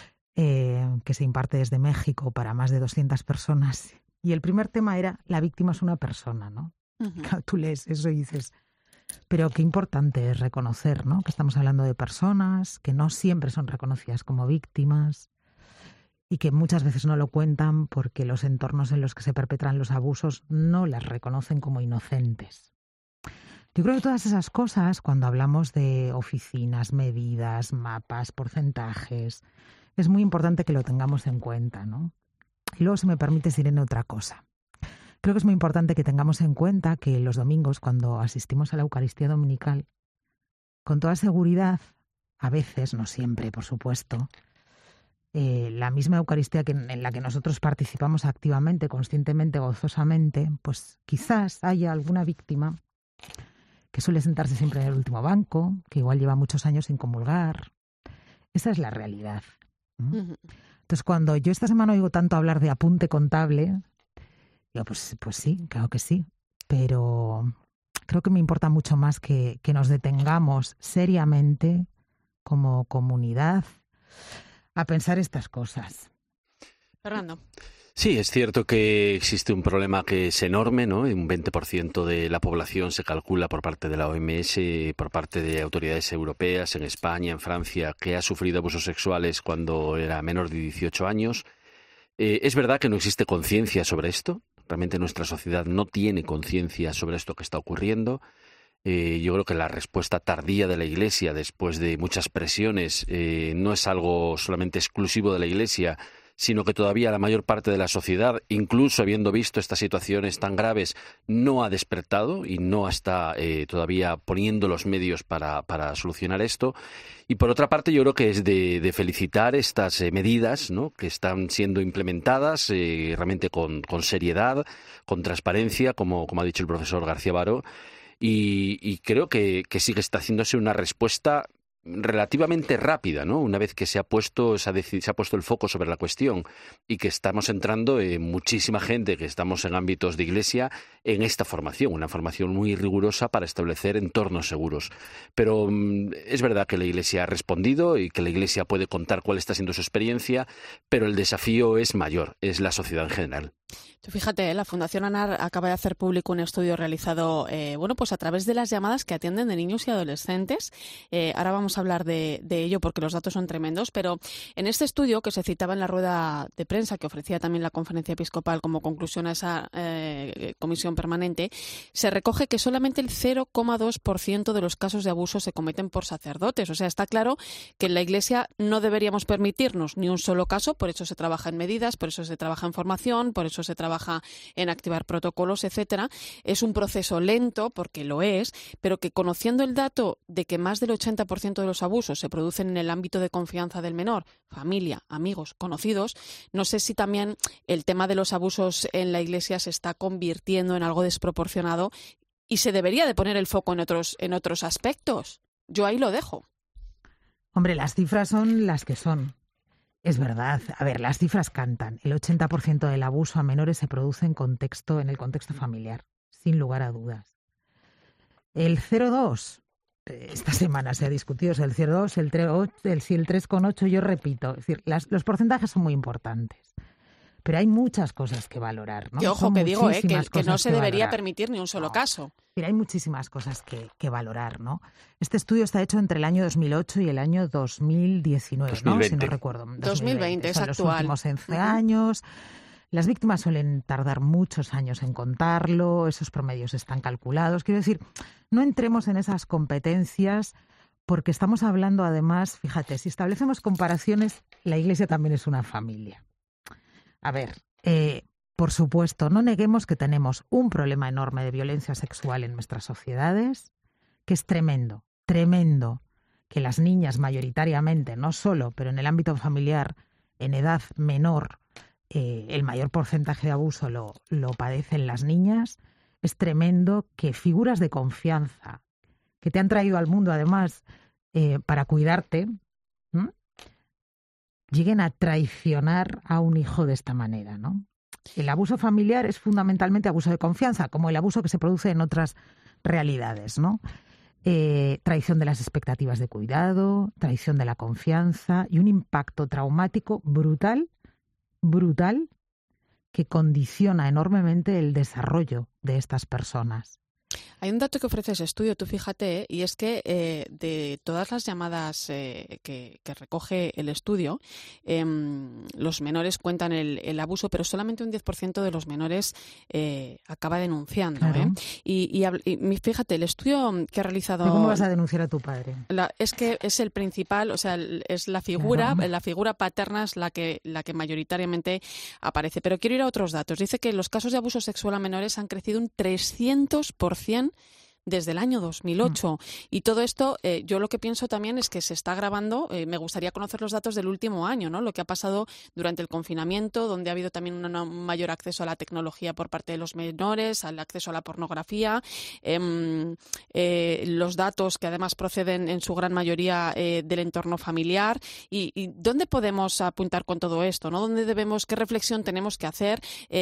eh, que se imparte desde México para más de doscientas personas. Y el primer tema era, la víctima es una persona, ¿no? Uh-huh. Claro, tú lees eso y dices, pero qué importante es reconocer, ¿no? Que estamos hablando de personas que no siempre son reconocidas como víctimas y que muchas veces no lo cuentan porque los entornos en los que se perpetran los abusos no las reconocen como inocentes. Yo creo que todas esas cosas, cuando hablamos de oficinas, medidas, mapas, porcentajes, es muy importante que lo tengamos en cuenta, ¿no? Y luego, si me permites, Irene, otra cosa. Creo que es muy importante que tengamos en cuenta que los domingos, cuando asistimos a la Eucaristía Dominical, con toda seguridad, a veces, no siempre, por supuesto, eh, la misma Eucaristía que, en la que nosotros participamos activamente, conscientemente, gozosamente, pues quizás haya alguna víctima que suele sentarse siempre en el último banco, que igual lleva muchos años sin comulgar. Esa es la realidad. ¿Mm? Uh-huh. Entonces, cuando yo esta semana oigo tanto hablar de apunte contable, digo, pues, pues sí, claro que sí, pero creo que me importa mucho más que, que nos detengamos seriamente como comunidad a pensar estas cosas. Fernando. Sí, es cierto que existe un problema que es enorme, ¿no? Un veinte por ciento de la población se calcula por parte de la O M S, por parte de autoridades europeas, en España, en Francia, que ha sufrido abusos sexuales cuando era menor de dieciocho años. Eh, es verdad que no existe conciencia sobre esto. Realmente nuestra sociedad no tiene conciencia sobre esto que está ocurriendo. Eh, yo creo que la respuesta tardía de la Iglesia, después de muchas presiones, eh, no es algo solamente exclusivo de la Iglesia, sino que todavía la mayor parte de la sociedad, incluso habiendo visto estas situaciones tan graves, no ha despertado y no está eh, todavía poniendo los medios para, para solucionar esto. Y por otra parte, yo creo que es de, de felicitar estas eh, medidas, ¿no?, que están siendo implementadas eh, realmente con, con seriedad, con transparencia, como, como ha dicho el profesor García Baró, y, y creo que, que sí que está haciéndose una respuesta relativamente rápida, ¿no? Una vez que se ha puesto se ha, se ha puesto el foco sobre la cuestión y que estamos entrando en muchísima gente que estamos en ámbitos de iglesia en esta formación, una formación muy rigurosa para establecer entornos seguros. Pero um, es verdad que la Iglesia ha respondido y que la Iglesia puede contar cuál está siendo su experiencia, pero el desafío es mayor, es la sociedad en general. Tú fíjate, la Fundación ANAR acaba de hacer público un estudio realizado eh, bueno, pues a través de las llamadas que atienden de niños y adolescentes. Eh, ahora vamos a hablar de, de ello porque los datos son tremendos, pero en este estudio que se citaba en la rueda de prensa que ofrecía también la Conferencia Episcopal como conclusión a esa eh, comisión permanente, se recoge que solamente el cero coma dos por ciento de los casos de abuso se cometen por sacerdotes. O sea, está claro que en la Iglesia no deberíamos permitirnos ni un solo caso, por eso se trabaja en medidas, por eso se trabaja en formación, por eso se trabaja en activar protocolos, etcétera. Es un proceso lento, porque lo es, pero que conociendo el dato de que más del ochenta por ciento de los abusos se producen en el ámbito de confianza del menor, familia, amigos, conocidos, no sé si también el tema de los abusos en la Iglesia se está convirtiendo en algo desproporcionado y se debería de poner el foco en otros, en otros aspectos. Yo ahí lo dejo. Hombre, las cifras son las que son. Es verdad. A ver, las cifras cantan. El ochenta por ciento del abuso a menores se produce en contexto, en el contexto familiar, sin lugar a dudas. El cero coma dos, esta semana se ha discutido, el cero coma dos, el tres coma ocho, el, el tres coma ocho, yo repito, es decir, las, los porcentajes son muy importantes. Pero hay muchas cosas que valorar, ¿no? Que ojo, Son que digo, eh, que, que no se que debería valorar. permitir ni un solo No. caso. Pero hay muchísimas cosas que, que valorar, ¿no? Este estudio está hecho entre el año dos mil ocho y el año dos mil diecinueve, dos mil veinte. ¿no? Si no recuerdo. dos mil veinte, es Son actual. los últimos once años. Las víctimas suelen tardar muchos años en contarlo, esos promedios están calculados. Quiero decir, no entremos en esas competencias porque estamos hablando además, fíjate, si establecemos comparaciones, la Iglesia también es una familia. A ver, eh, por supuesto, no neguemos que tenemos un problema enorme de violencia sexual en nuestras sociedades, que es tremendo, tremendo, que las niñas mayoritariamente, no solo, pero en el ámbito familiar, en edad menor, eh, el mayor porcentaje de abuso lo, lo padecen las niñas. Es tremendo que figuras de confianza, que te han traído al mundo además eh, para cuidarte, ¿m? lleguen a traicionar a un hijo de esta manera, ¿no? El abuso familiar es fundamentalmente abuso de confianza, como el abuso que se produce en otras realidades, ¿no? Eh, traición de las expectativas de cuidado, traición de la confianza y un impacto traumático brutal, brutal, que condiciona enormemente el desarrollo de estas personas. Hay un dato que ofrece ese estudio, tú fíjate, y es que eh, de todas las llamadas eh, que, que recoge el estudio, eh, los menores cuentan el, el abuso, pero solamente un diez por ciento de los menores eh, acaba denunciando. Claro. ¿eh? Y, y, y fíjate, el estudio que ha realizado... ¿Cómo vas a denunciar a tu padre? La, es que es el principal, o sea, es la figura, claro. la figura paterna es la que, la que mayoritariamente aparece. Pero quiero ir a otros datos. Dice que los casos de abuso sexual a menores han crecido un trescientos por ciento desde el año dos mil ocho. Mm. Y todo esto, eh, yo lo que pienso también es que se está agravando. Eh, me gustaría conocer los datos del último año, ¿no? Lo que ha pasado durante el confinamiento, donde ha habido también un, un mayor acceso a la tecnología por parte de los menores, al acceso a la pornografía, eh, eh, los datos que además proceden en su gran mayoría eh, del entorno familiar. Y, y ¿dónde podemos apuntar con todo esto, ¿no? ¿Dónde debemos, qué reflexión tenemos que hacer?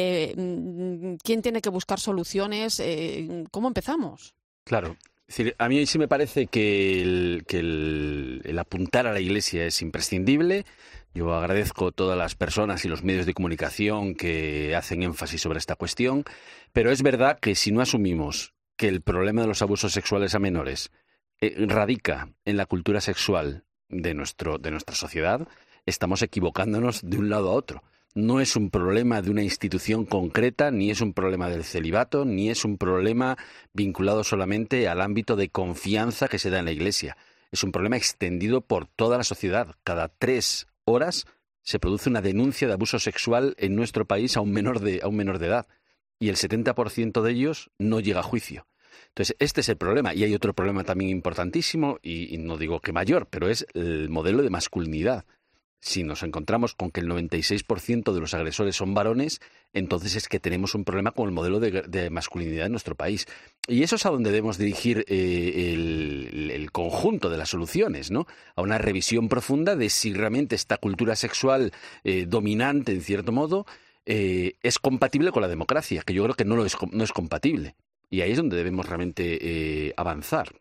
Eh, ¿Quién tiene que buscar soluciones? Eh, ¿Cómo empezamos? Claro. Es decir, a mí sí me parece que, el, que el, el apuntar a la Iglesia es imprescindible. Yo agradezco a todas las personas y los medios de comunicación que hacen énfasis sobre esta cuestión, pero es verdad que si no asumimos que el problema de los abusos sexuales a menores eh, radica en la cultura sexual de, nuestro, de nuestra sociedad, estamos equivocándonos de un lado a otro. No es un problema de una institución concreta, ni es un problema del celibato, ni es un problema vinculado solamente al ámbito de confianza que se da en la Iglesia. Es un problema extendido por toda la sociedad. Cada tres horas se produce una denuncia de abuso sexual en nuestro país a un menor de, a un menor de edad. Y el setenta por ciento de ellos no llega a juicio. Entonces, este es el problema. Y hay otro problema también importantísimo, y, y no digo que mayor, pero es el modelo de masculinidad. Si nos encontramos con que el noventa y seis por ciento de los agresores son varones, entonces es que tenemos un problema con el modelo de, de masculinidad en nuestro país. Y eso es a donde debemos dirigir eh, el, el conjunto de las soluciones, ¿no? A una revisión profunda de si realmente esta cultura sexual eh, dominante, en cierto modo, eh, es compatible con la democracia, que yo creo que no, lo es, no es compatible. Y ahí es donde debemos realmente eh, avanzar.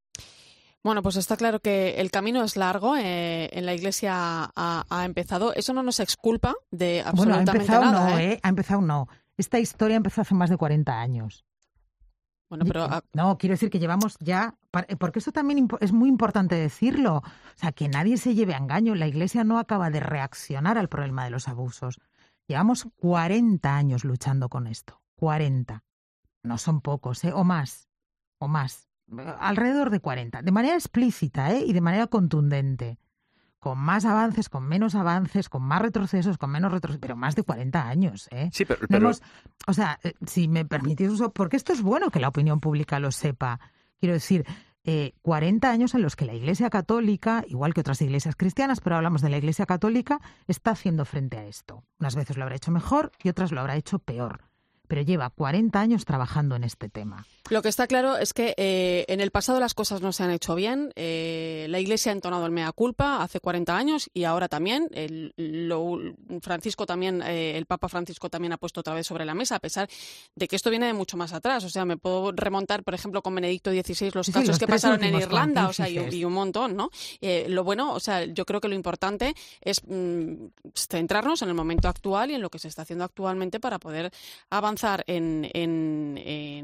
Bueno, pues está claro que el camino es largo. Eh, en la Iglesia ha, ha empezado. Eso no nos exculpa de absolutamente bueno, ha empezado nada. No, ¿eh? ¿eh? Ha empezado no. Esta historia empezó hace más de cuarenta años. Bueno, pero a... No, quiero decir que llevamos ya... Porque eso también es muy importante decirlo. O sea, que nadie se lleve a engaño. La Iglesia no acaba de reaccionar al problema de los abusos. Llevamos cuarenta años luchando con esto. cuarenta. No son pocos, ¿eh? O más. O más. Alrededor de cuarenta, de manera explícita ¿eh? y de manera contundente, con más avances, con menos avances, con más retrocesos, con menos retrocesos, pero más de cuarenta años. ¿eh? Sí, pero... No pero... hemos, o sea, si me permitís, porque esto es bueno que la opinión pública lo sepa, quiero decir, eh, cuarenta años en los que la Iglesia Católica, igual que otras iglesias cristianas, pero hablamos de la Iglesia Católica, está haciendo frente a esto. Unas veces lo habrá hecho mejor y otras lo habrá hecho peor. Pero lleva cuarenta años trabajando en este tema. Lo que está claro es que eh, en el pasado las cosas no se han hecho bien. Eh, la Iglesia ha entonado el mea culpa hace cuarenta años y ahora también. El, lo, Francisco también, eh, el Papa Francisco también ha puesto otra vez sobre la mesa, a pesar de que esto viene de mucho más atrás. O sea, me puedo remontar, por ejemplo, con Benedicto dieciséis, los sí, casos los que pasaron en Irlanda, pontífices. o sea, y, y un montón, ¿no? Eh, lo bueno, o sea, yo creo que lo importante es mmm, centrarnos en el momento actual y en lo que se está haciendo actualmente para poder avanzar en, en, en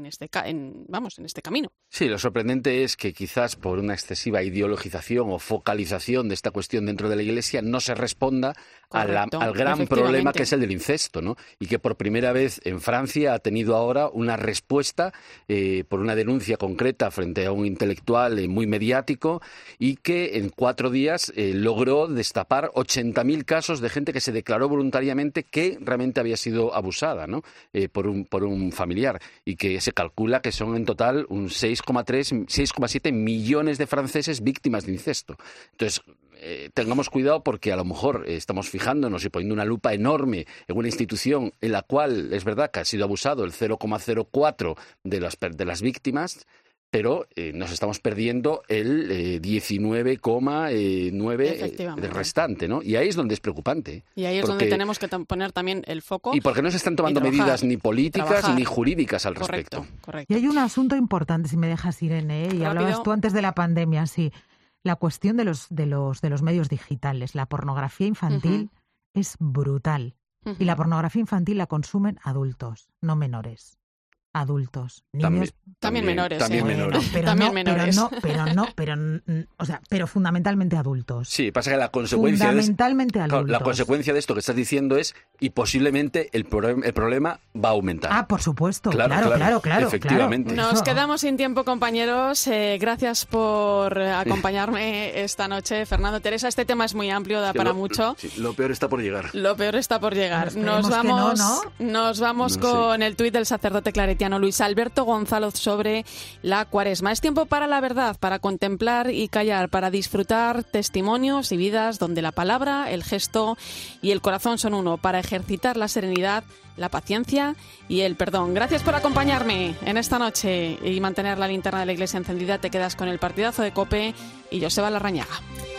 en este, en, vamos, en este camino. Sí, lo sorprendente es que quizás por una excesiva ideologización o focalización de esta cuestión dentro de la Iglesia no se responda a la, al gran problema que es el del incesto, ¿no? Y que por primera vez en Francia ha tenido ahora una respuesta eh, por una denuncia concreta frente a un intelectual eh, muy mediático y que en cuatro días eh, logró destapar ochenta mil casos de gente que se declaró voluntariamente que realmente había sido abusada, ¿no? Eh, por un por un familiar, y que se calcula que son en total un seis coma tres, seis coma siete millones de franceses víctimas de incesto. Entonces, eh, tengamos cuidado porque a lo mejor eh, estamos fijándonos y poniendo una lupa enorme en una institución en la cual es verdad que ha sido abusado el cero coma cero cuatro de las, de las víctimas, pero eh, nos estamos perdiendo el eh, diecinueve coma nueve del restante, ¿no? Y ahí es donde es preocupante. Y ahí es porque, donde tenemos que poner también el foco. Y porque no se están tomando trabajar, medidas ni políticas trabajar. ni jurídicas al Correcto, respecto. Correcto. Y hay un asunto importante, si me dejas, Irene, ¿eh? y Rápido. hablabas tú antes de la pandemia, sí. La cuestión de los, de los, de los medios digitales. La pornografía infantil uh-huh. es brutal. Uh-huh. Y la pornografía infantil la consumen adultos, no menores. Adultos, niños, también, también menores, también ¿eh? menores, pero también no, menores. pero no, pero no, pero o sea, pero fundamentalmente adultos. Sí, pasa que la consecuencia fundamentalmente de, adultos. La consecuencia de esto que estás diciendo es y posiblemente el, pro, el problema va a aumentar. Ah, por supuesto, claro, claro, claro, claro, claro efectivamente. Claro. Nos quedamos sin tiempo, compañeros. Eh, gracias por acompañarme esta noche, Fernando. Teresa, este tema es muy amplio, da sí, para lo, mucho. Sí, lo peor está por llegar. Lo peor está por llegar. Bueno, nos vamos, no, ¿no? nos vamos no con sé. el tuit del sacerdote claretiano Luis Alberto Gonzalo sobre la Cuaresma. Es tiempo para la verdad, para contemplar y callar, para disfrutar testimonios y vidas donde la palabra, el gesto y el corazón son uno, para ejercitar la serenidad, la paciencia y el perdón. Gracias por acompañarme en esta noche y mantener la linterna de la Iglesia encendida. Te quedas con el partidazo de COPE y Joseba Larrañaga.